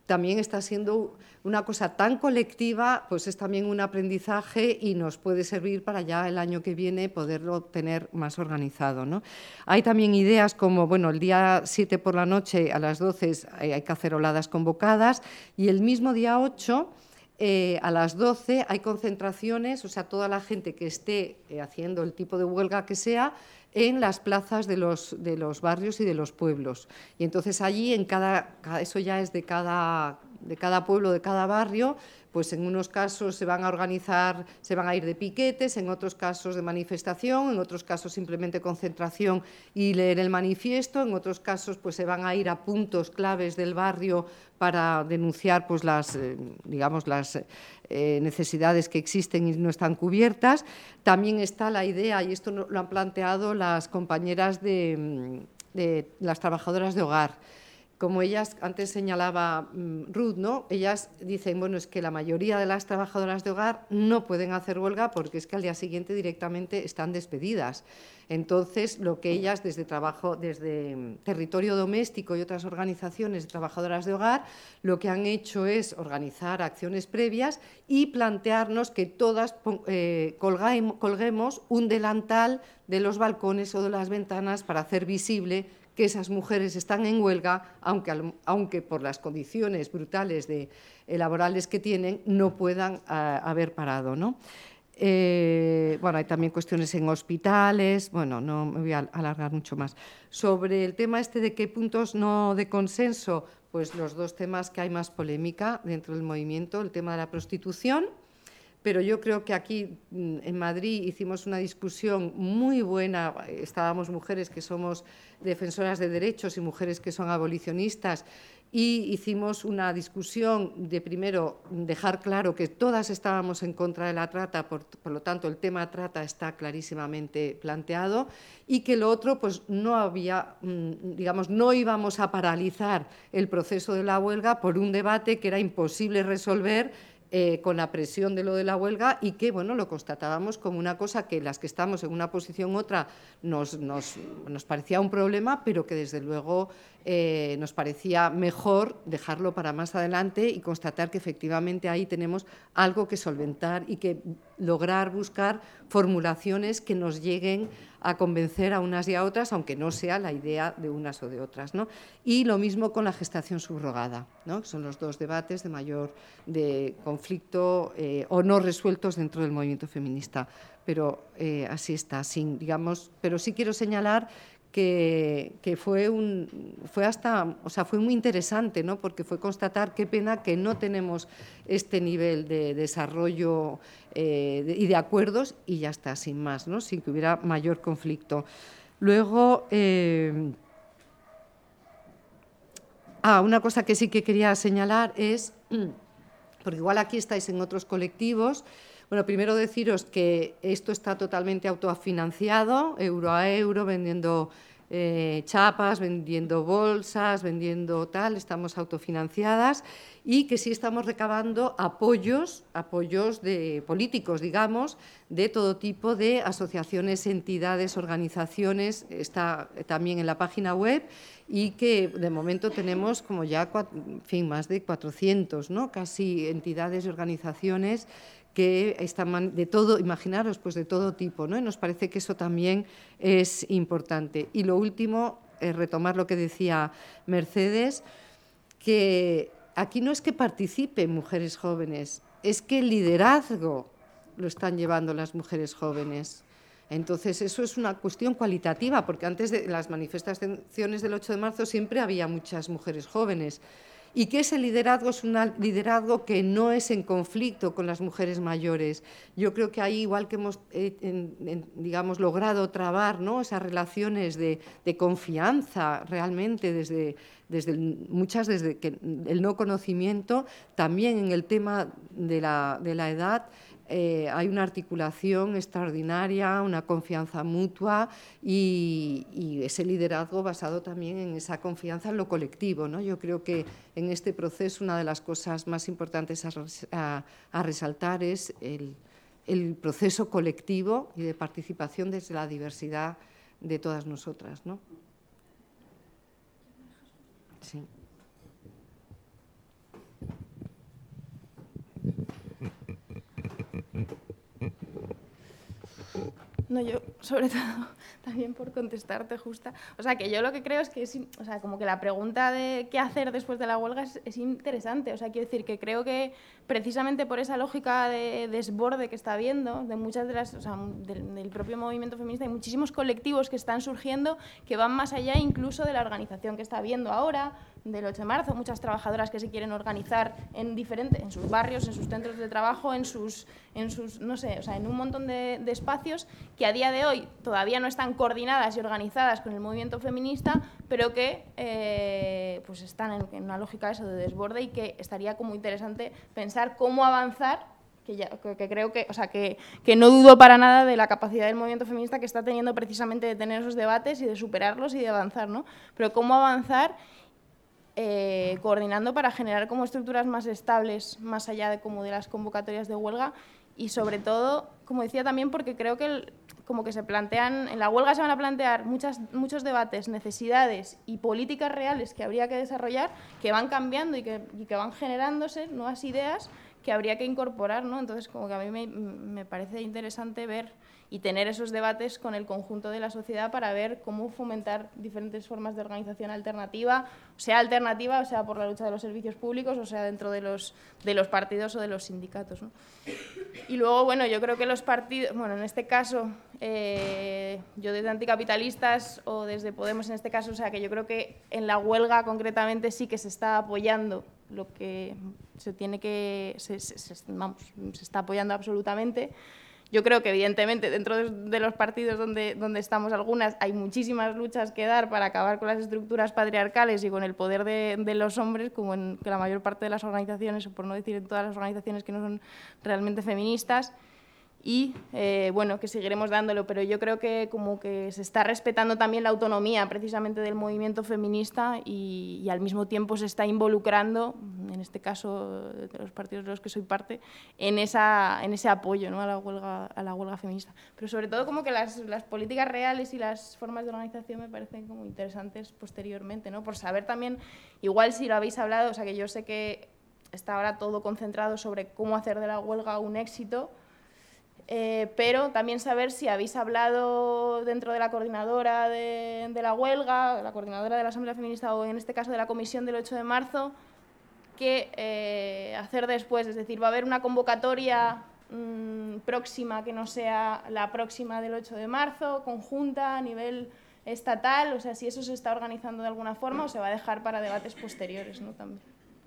S4: también está siendo una cosa tan colectiva, pues es también un aprendizaje y nos puede servir para ya el año que viene poderlo tener más organizado, ¿no? Hay también ideas como, bueno, el día 7 por la noche a las 12 hay caceroladas convocadas y el mismo día 8 a las 12 hay concentraciones, o sea, toda la gente que esté haciendo el tipo de huelga que sea, en las plazas de los barrios y de los pueblos. Y entonces allí, eso ya es de cada pueblo, de cada barrio, pues en unos casos se van a organizar, se van a ir de piquetes, en otros casos de manifestación, en otros casos simplemente concentración y leer el manifiesto, en otros casos pues se van a ir a puntos claves del barrio para denunciar pues las necesidades que existen y no están cubiertas. También está la idea, y esto lo han planteado las compañeras de las trabajadoras de hogar. Como ellas, antes señalaba Ruth, ¿no? Ellas dicen, bueno, es que la mayoría de las trabajadoras de hogar no pueden hacer huelga porque es que al día siguiente directamente están despedidas. Entonces, lo que ellas desde Territorio Doméstico y otras organizaciones de trabajadoras de hogar, lo que han hecho es organizar acciones previas y plantearnos que todas colguemos un delantal de los balcones o de las ventanas para hacer visible que esas mujeres están en huelga, aunque por las condiciones brutales laborales que tienen no puedan haber parado, ¿no? Bueno, hay también cuestiones en hospitales, bueno, no me voy a alargar mucho más. Sobre el tema de qué puntos no de consenso, pues los dos temas que hay más polémica dentro del movimiento, el tema de la prostitución, pero yo creo que aquí en Madrid hicimos una discusión muy buena, estábamos mujeres que somos defensoras de derechos y mujeres que son abolicionistas, y hicimos una discusión de, primero, dejar claro que todas estábamos en contra de la trata, por lo tanto el tema trata está clarísimamente planteado, y que lo otro, pues no había, digamos, no íbamos a paralizar el proceso de la huelga por un debate que era imposible resolver con la presión de lo de la huelga y que, bueno, lo constatábamos como una cosa que las que estamos en una posición u otra nos parecía un problema, pero que desde luego nos parecía mejor dejarlo para más adelante y constatar que efectivamente ahí tenemos algo que solventar y que lograr buscar formulaciones que nos lleguen a convencer a unas y a otras, aunque no sea la idea de unas o de otras, ¿no? Y lo mismo con la gestación subrogada, ¿no? Son los dos debates de mayor conflicto o no resueltos dentro del movimiento feminista. Pero así está, pero sí quiero señalar que fue muy interesante, ¿no? Porque fue constatar qué pena que no tenemos este nivel de desarrollo y de acuerdos y ya está, sin más, ¿no? Sin que hubiera mayor conflicto. Luego, una cosa que sí que quería señalar es, porque igual aquí estáis en otros colectivos. Bueno, primero deciros que esto está totalmente autofinanciado, euro a euro, vendiendo chapas, vendiendo bolsas, vendiendo tal, estamos autofinanciadas y que sí estamos recabando apoyos de políticos, digamos, de todo tipo de asociaciones, entidades, organizaciones, está también en la página web y que de momento tenemos como ya, más de 400, ¿no? Casi entidades y organizaciones que están de todo, imaginaros, pues de todo tipo, ¿no? Y nos parece que eso también es importante. Y lo último, retomar lo que decía Mercedes, que aquí no es que participen mujeres jóvenes, es que el liderazgo lo están llevando las mujeres jóvenes. Entonces, eso es una cuestión cualitativa, porque antes de las manifestaciones del 8 de marzo siempre había muchas mujeres jóvenes. Y que ese liderazgo es un liderazgo que no es en conflicto con las mujeres mayores. Yo creo que ahí, igual que hemos digamos, logrado trabar, ¿no? Esas relaciones de confianza realmente desde que el no conocimiento, también en el tema de la edad, hay una articulación extraordinaria, una confianza mutua y ese liderazgo basado también en esa confianza en lo colectivo, ¿no? Yo creo que en este proceso una de las cosas más importantes a resaltar es el proceso colectivo y de participación desde la diversidad de todas nosotras, ¿no? Sí.
S1: No, yo, sobre todo, también por contestarte, Justa. O sea, que yo lo que creo es que, o sea, como que la pregunta de qué hacer después de la huelga es interesante. O sea, quiero decir que creo que precisamente por esa lógica de desborde que está habiendo, de muchas de las, o sea, del propio movimiento feminista, hay muchísimos colectivos que están surgiendo que van más allá incluso de la organización que está habiendo ahora, del 8 de marzo, muchas trabajadoras que se quieren organizar en sus barrios, en sus centros de trabajo, en sus no sé, o sea, en un montón de espacios que a día de hoy todavía no están coordinadas y organizadas con el movimiento feminista, pero que pues están en una lógica eso de desborde y que estaría como interesante pensar cómo avanzar, que creo que, o sea, que no dudo para nada de la capacidad del movimiento feminista que está teniendo precisamente de tener esos debates y de superarlos y de avanzar, ¿no? Pero cómo avanzar coordinando para generar como estructuras más estables, más allá de como de las convocatorias de huelga, y sobre todo, como decía también, porque creo que como que se plantean, en la huelga se van a plantear muchos debates, necesidades y políticas reales que habría que desarrollar, que van cambiando y que van generándose nuevas ideas que habría que incorporar, ¿no? Entonces, como que a mí me parece interesante ver y tener esos debates con el conjunto de la sociedad para ver cómo fomentar diferentes formas de organización alternativa, o sea por la lucha de los servicios públicos, o sea dentro de los partidos o de los sindicatos, ¿no? Y luego, bueno, yo creo que los partidos, bueno, en este caso, yo desde Anticapitalistas o desde Podemos en este caso, o sea que yo creo que en la huelga concretamente sí que se está apoyando lo que se tiene que, se está apoyando absolutamente. Yo creo que, evidentemente, dentro de los partidos donde estamos algunas, hay muchísimas luchas que dar para acabar con las estructuras patriarcales y con el poder de los hombres, como en que la mayor parte de las organizaciones, o por no decir en todas las organizaciones que no son realmente feministas, y, bueno, que seguiremos dándolo, pero yo creo que como que se está respetando también la autonomía precisamente del movimiento feminista y al mismo tiempo se está involucrando, en este caso de los partidos de los que soy parte, en ese apoyo, ¿no? a la huelga feminista. Pero sobre todo como que las políticas reales y las formas de organización me parecen como interesantes posteriormente, ¿no? Por saber también, igual si lo habéis hablado, o sea que yo sé que está ahora todo concentrado sobre cómo hacer de la huelga un éxito, pero también saber si habéis hablado dentro de la coordinadora de la huelga, la coordinadora de la Asamblea Feminista o en este caso de la comisión del 8 de marzo, qué hacer después, es decir, va a haber una convocatoria próxima que no sea la próxima del 8 de marzo, conjunta a nivel estatal, o sea, si eso se está organizando de alguna forma o se va a dejar para debates posteriores, ¿no? También.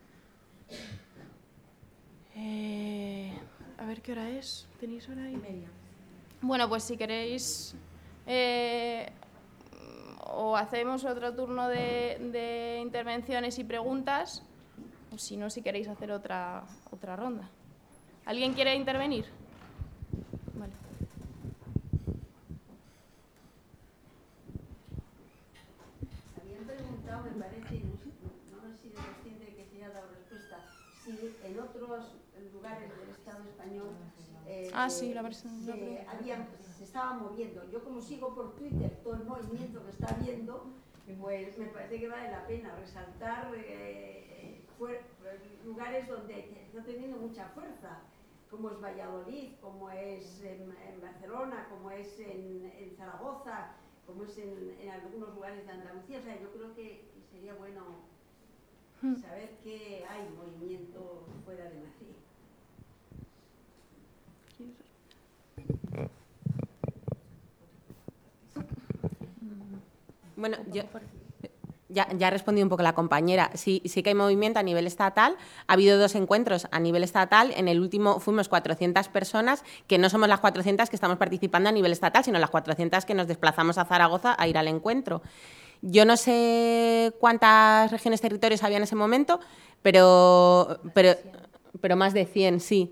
S1: A ver qué hora es. ¿Tenéis hora ahí? Media. Bueno, pues si queréis o hacemos otro turno de intervenciones y preguntas, o si no, si queréis hacer otra ronda. ¿Alguien quiere intervenir? Vale.
S7: Habían preguntado, me parece, no he sido consciente de que se haya dado respuesta, si en otros lugares del Estado español
S1: sí,
S7: se estaba moviendo. Yo como sigo por Twitter todo el movimiento que está habiendo, pues me parece que vale la pena resaltar lugares donde está teniendo mucha fuerza, como es Valladolid, como es en Barcelona, como es en Zaragoza, como es en algunos lugares de Andalucía. O sea, yo creo que sería bueno saber que hay movimiento fuera de Madrid.
S3: Bueno, yo ya he respondido un poco la compañera. Sí que hay movimiento a nivel estatal. Ha habido 2 encuentros a nivel estatal. En el último fuimos 400 personas, que no somos las 400 que estamos participando a nivel estatal, sino las 400 que nos desplazamos a Zaragoza a ir al encuentro. Yo no sé cuántas regiones, territorios había en ese momento, pero más de 100, sí.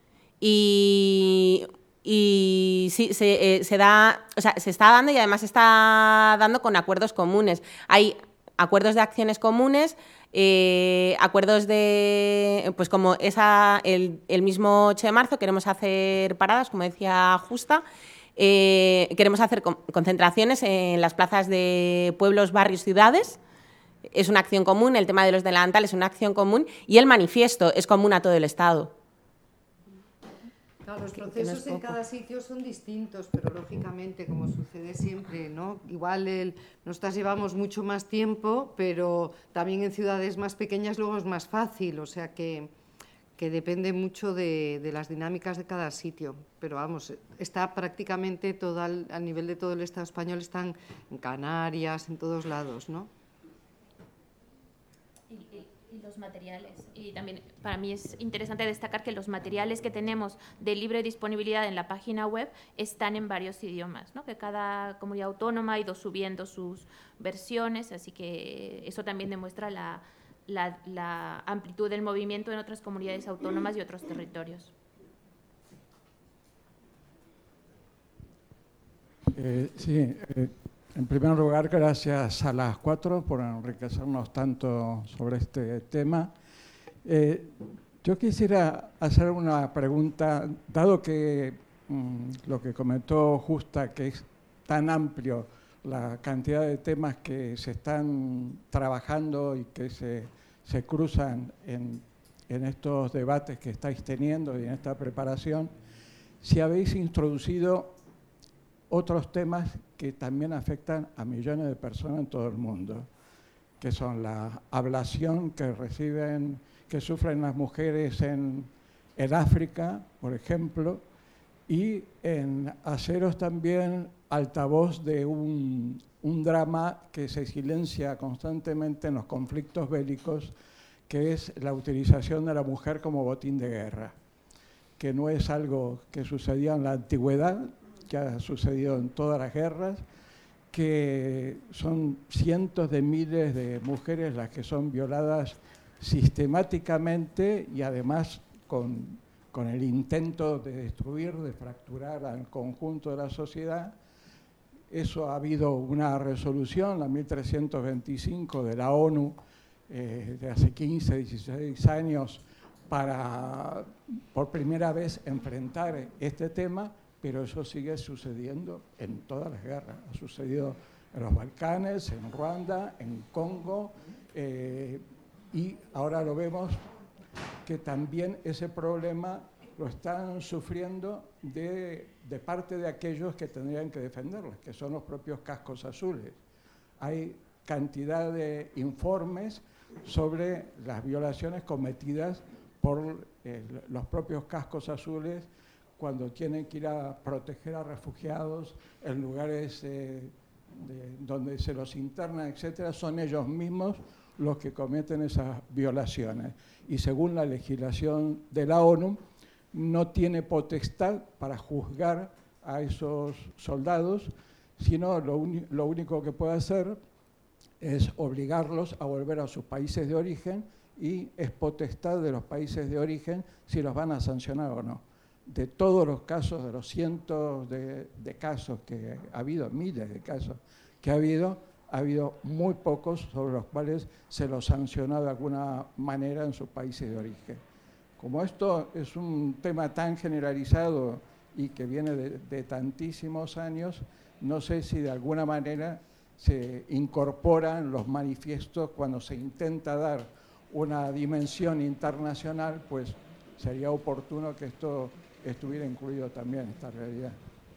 S3: Y sí, se está dando y además se está dando con acuerdos comunes. Hay acuerdos de acciones comunes, acuerdos de, pues como el mismo 8 de marzo queremos hacer paradas, como decía Justa, queremos hacer concentraciones en las plazas de pueblos, barrios, ciudades. Es una acción común, el tema de los delantales es una acción común y el manifiesto es común a todo el Estado.
S4: Claro, los
S3: que no es
S4: procesos en
S3: poco.
S4: cada sitio son distintos, pero lógicamente, como sucede siempre, ¿no? Igual nosotras llevamos mucho más tiempo, pero también en ciudades más pequeñas luego es más fácil, o sea que depende mucho de las dinámicas de cada sitio. Pero vamos, está prácticamente todo al nivel de todo el Estado español, están en Canarias, en todos lados, ¿no?
S2: Y los materiales. Y también para mí es interesante destacar que los materiales que tenemos de libre disponibilidad en la página web están en varios idiomas, ¿no? Que cada comunidad autónoma ha ido subiendo sus versiones, así que eso también demuestra la amplitud del movimiento en otras comunidades autónomas y otros territorios.
S12: En primer lugar, gracias a las 4 por enriquecernos tanto sobre este tema. Yo quisiera hacer una pregunta, dado que lo que comentó Justa, que es tan amplio la cantidad de temas que se están trabajando y que se cruzan en estos debates que estáis teniendo y en esta preparación, si habéis introducido otros temas que también afectan a millones de personas en todo el mundo, que son la ablación que sufren las mujeres en África, por ejemplo, y en haceros también altavoz de un drama que se silencia constantemente en los conflictos bélicos, que es la utilización de la mujer como botín de guerra, que no es algo que sucedía en la antigüedad, que ha sucedido en todas las guerras, que son cientos de miles de mujeres las que son violadas sistemáticamente y además con el intento de destruir, de fracturar al conjunto de la sociedad. Eso ha habido una resolución, la 1325 de la ONU, de hace 15, 16 años, para por primera vez enfrentar este tema, pero eso sigue sucediendo en todas las guerras. Ha sucedido en los Balcanes, en Ruanda, en Congo, y ahora lo vemos que también ese problema lo están sufriendo de parte de aquellos que tendrían que defenderlas, que son los propios cascos azules. Hay cantidad de informes sobre las violaciones cometidas por los propios cascos azules cuando tienen que ir a proteger a refugiados en lugares donde se los internan, etcétera. Son ellos mismos los que cometen esas violaciones. Y según la legislación de la ONU, no tiene potestad para juzgar a esos soldados, sino lo único que puede hacer es obligarlos a volver a sus países de origen, y es potestad de los países de origen si los van a sancionar o no. De todos los casos, de los cientos de casos que ha habido, miles de casos que ha habido muy pocos sobre los cuales se los sancionó de alguna manera en sus países de origen. Como esto es un tema tan generalizado y que viene de tantísimos años, no sé si de alguna manera se incorporan los manifiestos cuando se intenta dar una dimensión internacional, pues sería oportuno que esto estuviera incluido también en esta realidad.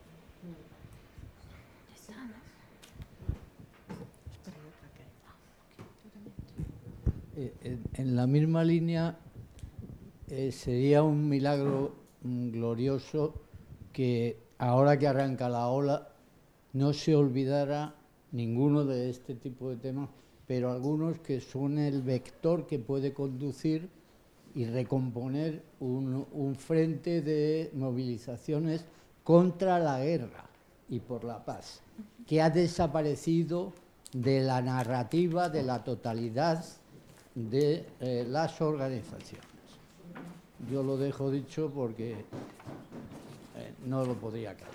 S13: En la misma línea, sería un milagro glorioso que ahora que arranca la ola no se olvidara ninguno de este tipo de temas, pero algunos que son el vector que puede conducir y recomponer un frente de movilizaciones contra la guerra y por la paz, que ha desaparecido de la narrativa de la totalidad de las organizaciones. Yo lo dejo dicho porque no lo podría callar.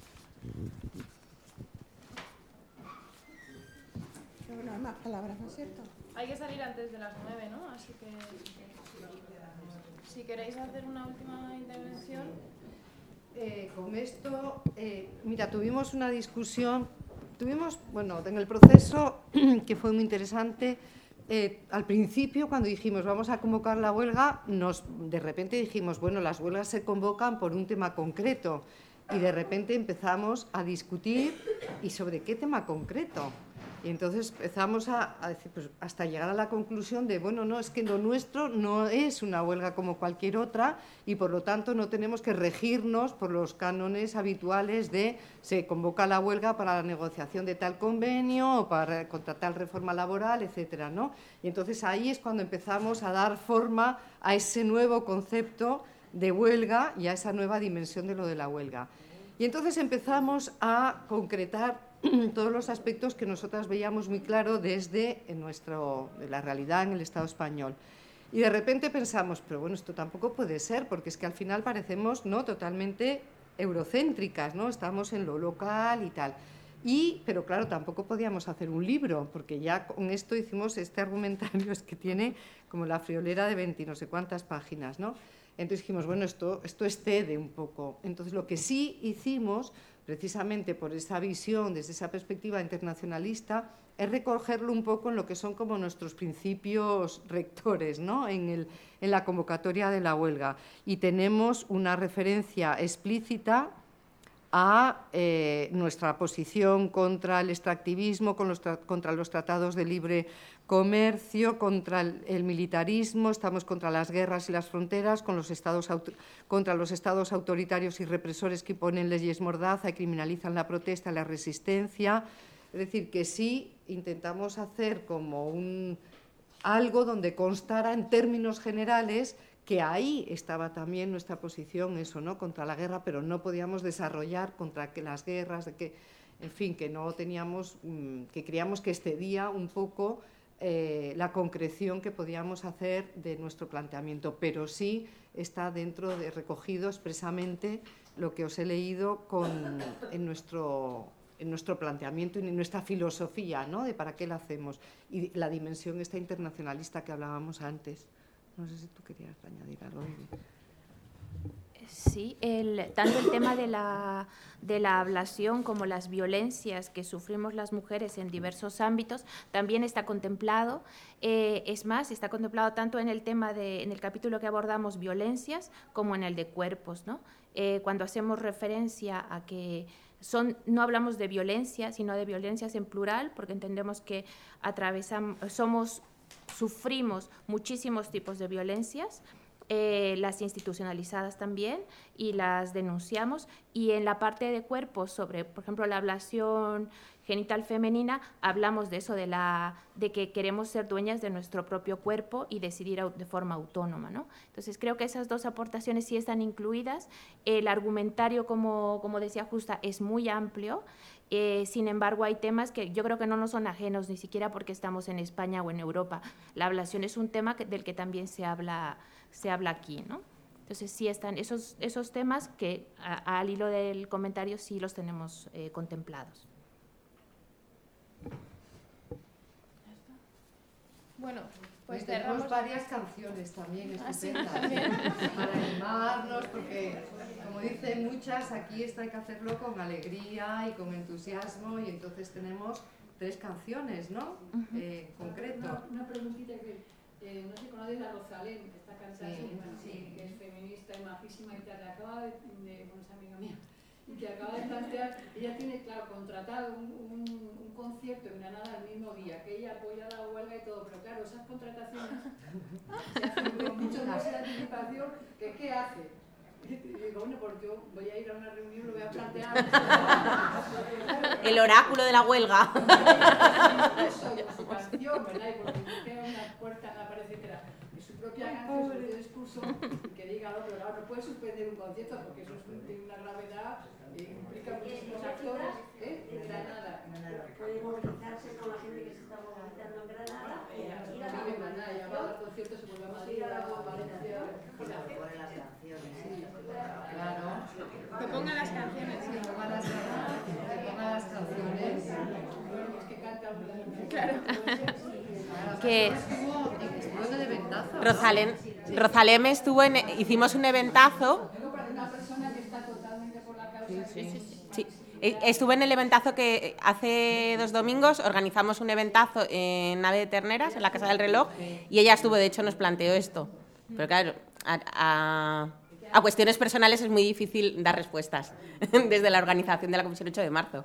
S14: No hay más palabras, ¿no es cierto?
S1: Hay que salir antes de las 9, ¿no? Así que si queréis hacer una última intervención.
S4: Con esto, mira, tuvimos una discusión, bueno, en el proceso que fue muy interesante, al principio, cuando dijimos vamos a convocar la huelga, de repente dijimos, bueno, las huelgas se convocan por un tema concreto. Y de repente empezamos a discutir, ¿y sobre qué tema concreto? Y entonces empezamos a decir, pues, hasta llegar a la conclusión de, bueno, no, es que lo nuestro no es una huelga como cualquier otra y por lo tanto no tenemos que regirnos por los cánones habituales de se convoca la huelga para la negociación de tal convenio o para contra tal reforma laboral, etcétera, ¿no? Y entonces ahí es cuando empezamos a dar forma a ese nuevo concepto de huelga y a esa nueva dimensión de lo de la huelga. Y entonces empezamos a concretar todos los aspectos que nosotras veíamos muy claro desde de la realidad en el Estado español. Y de repente pensamos, pero bueno, esto tampoco puede ser, porque es que al final parecemos, ¿no?, totalmente eurocéntricas, ¿no? Estamos en lo local y tal. Pero claro, tampoco podíamos hacer un libro, porque ya con esto hicimos este argumentario es que tiene como la friolera de 20 y no sé cuántas páginas, ¿no? Entonces dijimos, bueno, esto excede un poco. Entonces lo que sí hicimos, precisamente por esa visión, desde esa perspectiva internacionalista, es recogerlo un poco en lo que son como nuestros principios rectores, ¿no?, en la convocatoria de la huelga. Y tenemos una referencia explícita a nuestra posición contra el extractivismo, contra los tratados de libre comercio, contra el militarismo, estamos contra las guerras y las fronteras, contra los estados autoritarios y represores que imponen leyes mordaza y criminalizan la protesta y la resistencia. Es decir, que sí intentamos hacer como algo donde constara en términos generales que ahí estaba también nuestra posición, eso, ¿no?, contra la guerra, pero no podíamos desarrollar contra que las guerras, en fin, que no teníamos, que creíamos que excedía un poco la concreción que podíamos hacer de nuestro planteamiento, pero sí está recogido expresamente lo que os he leído en nuestro planteamiento y en nuestra filosofía, ¿no?, de para qué la hacemos, y la dimensión esta internacionalista que hablábamos antes. No sé si tú querías añadir algo.
S2: Sí, tanto el tema de la ablación como las violencias que sufrimos las mujeres en diversos ámbitos también está contemplado. Es más, está contemplado tanto en el tema en el capítulo que abordamos violencias como en el de cuerpos, ¿no? Cuando hacemos referencia a que no hablamos de violencia, sino de violencias en plural, porque entendemos que sufrimos muchísimos tipos de violencias, las institucionalizadas también, y las denunciamos. Y en la parte de cuerpos, sobre, por ejemplo, la ablación genital femenina, hablamos de eso, de que queremos ser dueñas de nuestro propio cuerpo y decidir de forma autónoma, ¿no? Entonces, creo que esas dos aportaciones sí están incluidas. El argumentario, como decía Justa, es muy amplio. Sin embargo, hay temas que yo creo que no nos son ajenos, ni siquiera porque estamos en España o en Europa. La ablación es un tema del que también se habla aquí, ¿no? Entonces, sí están esos temas que, al hilo del comentario, sí los tenemos contemplados.
S1: Bueno, pues
S4: tenemos varias canciones también estupendas, para animarnos, porque, como dicen muchas, aquí esto hay que hacerlo con alegría y con entusiasmo, y entonces tenemos 3 canciones, ¿no? Concreto.
S5: Una preguntita que no sé, conoces a Rosalén, esta cantante, que es feminista y majísima y tal, acaba de es amiga mía, y que acaba de plantear, ella tiene, claro, contratado un concierto en Granada el mismo día, que ella apoya la huelga y todo, pero claro, esas contrataciones se hacen con muchos meses de anticipación, ¿qué hace? Y digo, bueno, pues yo voy a ir a una reunión, lo voy a plantear.
S3: El oráculo de la huelga.
S5: Su canción, ¿verdad? Y porque busqué una puerta, me parece que era su propia canción, su propio discurso, que diga, no, pero claro, no puede suspender un concierto porque eso tiene una gravedad, implica muchísimos actores, en Granada.
S7: Puede movilizarse con la gente que se está movilizando en Granada.
S5: Ya va a dar conciertos, se vuelve a Madrid, a Valencia.
S4: Claro.
S1: Que pongan las canciones.
S4: Que pongan las canciones.
S5: Es que canta un...
S1: Claro.
S3: Que
S4: estuvo en el eventazo.
S3: Rosalén hicimos un eventazo.
S5: Una persona que está totalmente por la causa.
S3: Sí. Estuve en el eventazo que hace 2 domingos organizamos un eventazo en Nave de Terneras, en la Casa del Reloj, y ella estuvo, de hecho nos planteó esto. Pero claro, a cuestiones personales es muy difícil dar respuestas desde la organización de la Comisión 8 de marzo.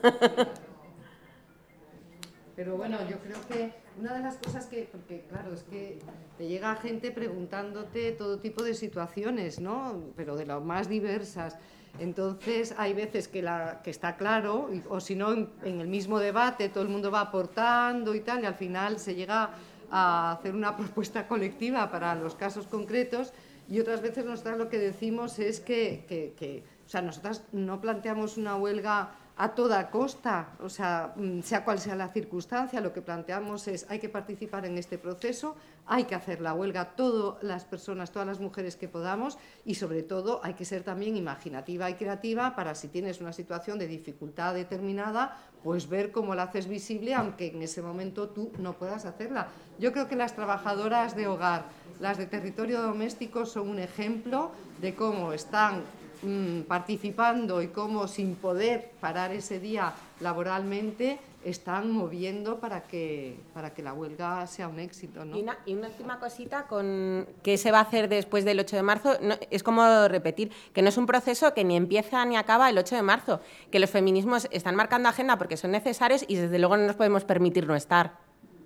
S4: Pero bueno, yo creo que una de las cosas que, porque claro, es que te llega gente preguntándote todo tipo de situaciones, ¿no? Pero de las más diversas. Entonces hay veces que está claro, o si no, en el mismo debate todo el mundo va aportando y tal, y al final se llega a hacer una propuesta colectiva para los casos concretos, y otras veces nosotras lo que decimos es que o sea, nosotras no planteamos una huelga a toda costa, o sea cual sea la circunstancia, lo que planteamos es hay que participar en este proceso, hay que hacer la huelga todas las personas, todas las mujeres que podamos, y sobre todo hay que ser también imaginativa y creativa para, si tienes una situación de dificultad determinada, pues ver cómo la haces visible, aunque en ese momento tú no puedas hacerla. Yo creo que las trabajadoras de hogar, las de territorio doméstico, son un ejemplo de cómo están participando y cómo, sin poder parar ese día laboralmente, están moviendo para que la huelga sea un éxito, ¿no?
S3: Y una última cosita con qué se va a hacer después del 8 de marzo, no, es como repetir, que no es un proceso que ni empieza ni acaba el 8 de marzo, que los feminismos están marcando agenda porque son necesarios y desde luego no nos podemos permitir no estar.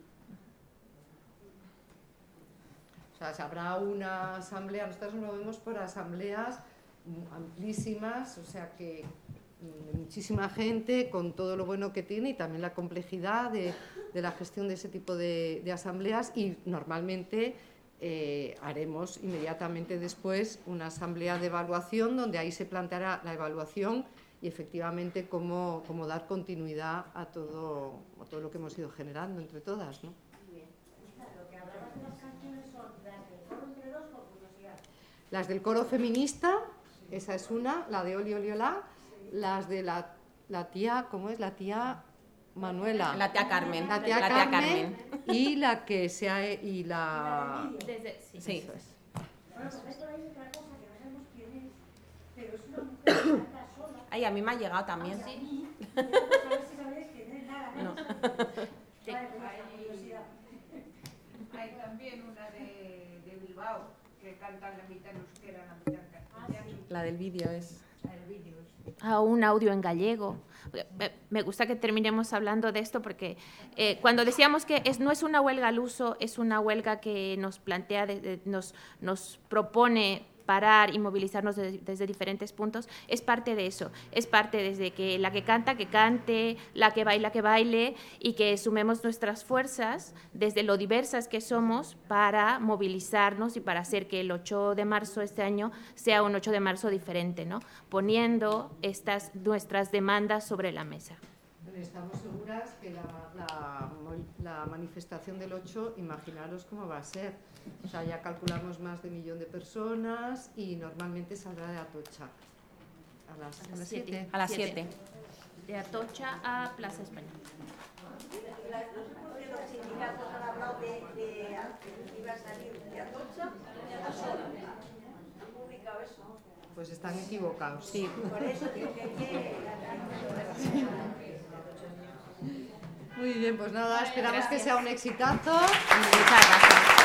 S4: O sea, se habrá una asamblea, nosotros nos movemos por asambleas amplísimas, o sea que muchísima gente con todo lo bueno que tiene y también la complejidad de la gestión de ese tipo de asambleas, y normalmente haremos inmediatamente después una asamblea de evaluación donde ahí se planteará la evaluación y efectivamente cómo dar continuidad a todo lo que hemos ido generando entre todas, ¿no? Las del coro feminista, esa es una, la de Oli Oli Olá, las de la tía, ¿cómo es? La tía Manuela.
S3: La tía Carmen.
S4: La tía Carmen. Y la que sea... Y la...
S3: Sí.
S4: Eso es.
S3: Ay, a mí me ha llegado también. No.
S14: Hay también una de Bilbao que canta la mitad en euskera, la mitad en castellano.
S3: La del vídeo es.
S2: Un audio en gallego. Me gusta que terminemos hablando de esto porque cuando decíamos que no es una huelga al uso, es una huelga que nos plantea, nos propone parar y movilizarnos desde diferentes puntos, es parte de eso, es parte desde que la que canta, que cante, la que baile, y que sumemos nuestras fuerzas desde lo diversas que somos para movilizarnos y para hacer que el 8 de marzo este año sea un 8 de marzo diferente, ¿no? Poniendo nuestras demandas sobre la mesa.
S4: Estamos seguras que la manifestación del 8, imaginaros cómo va a ser. O sea, ya calculamos más de 1 millón de personas y normalmente saldrá de Atocha. A las 7.
S3: A las 7.
S2: De Atocha a Plaza España.
S14: No sé por qué los sindicatos han hablado de que iba a salir de Atocha a Sola. Han publicado eso.
S4: Pues están equivocados.
S3: Sí.
S14: Por eso digo que...
S4: Muy bien, pues nada, esperamos que sea un exitazo.
S3: Muchas gracias.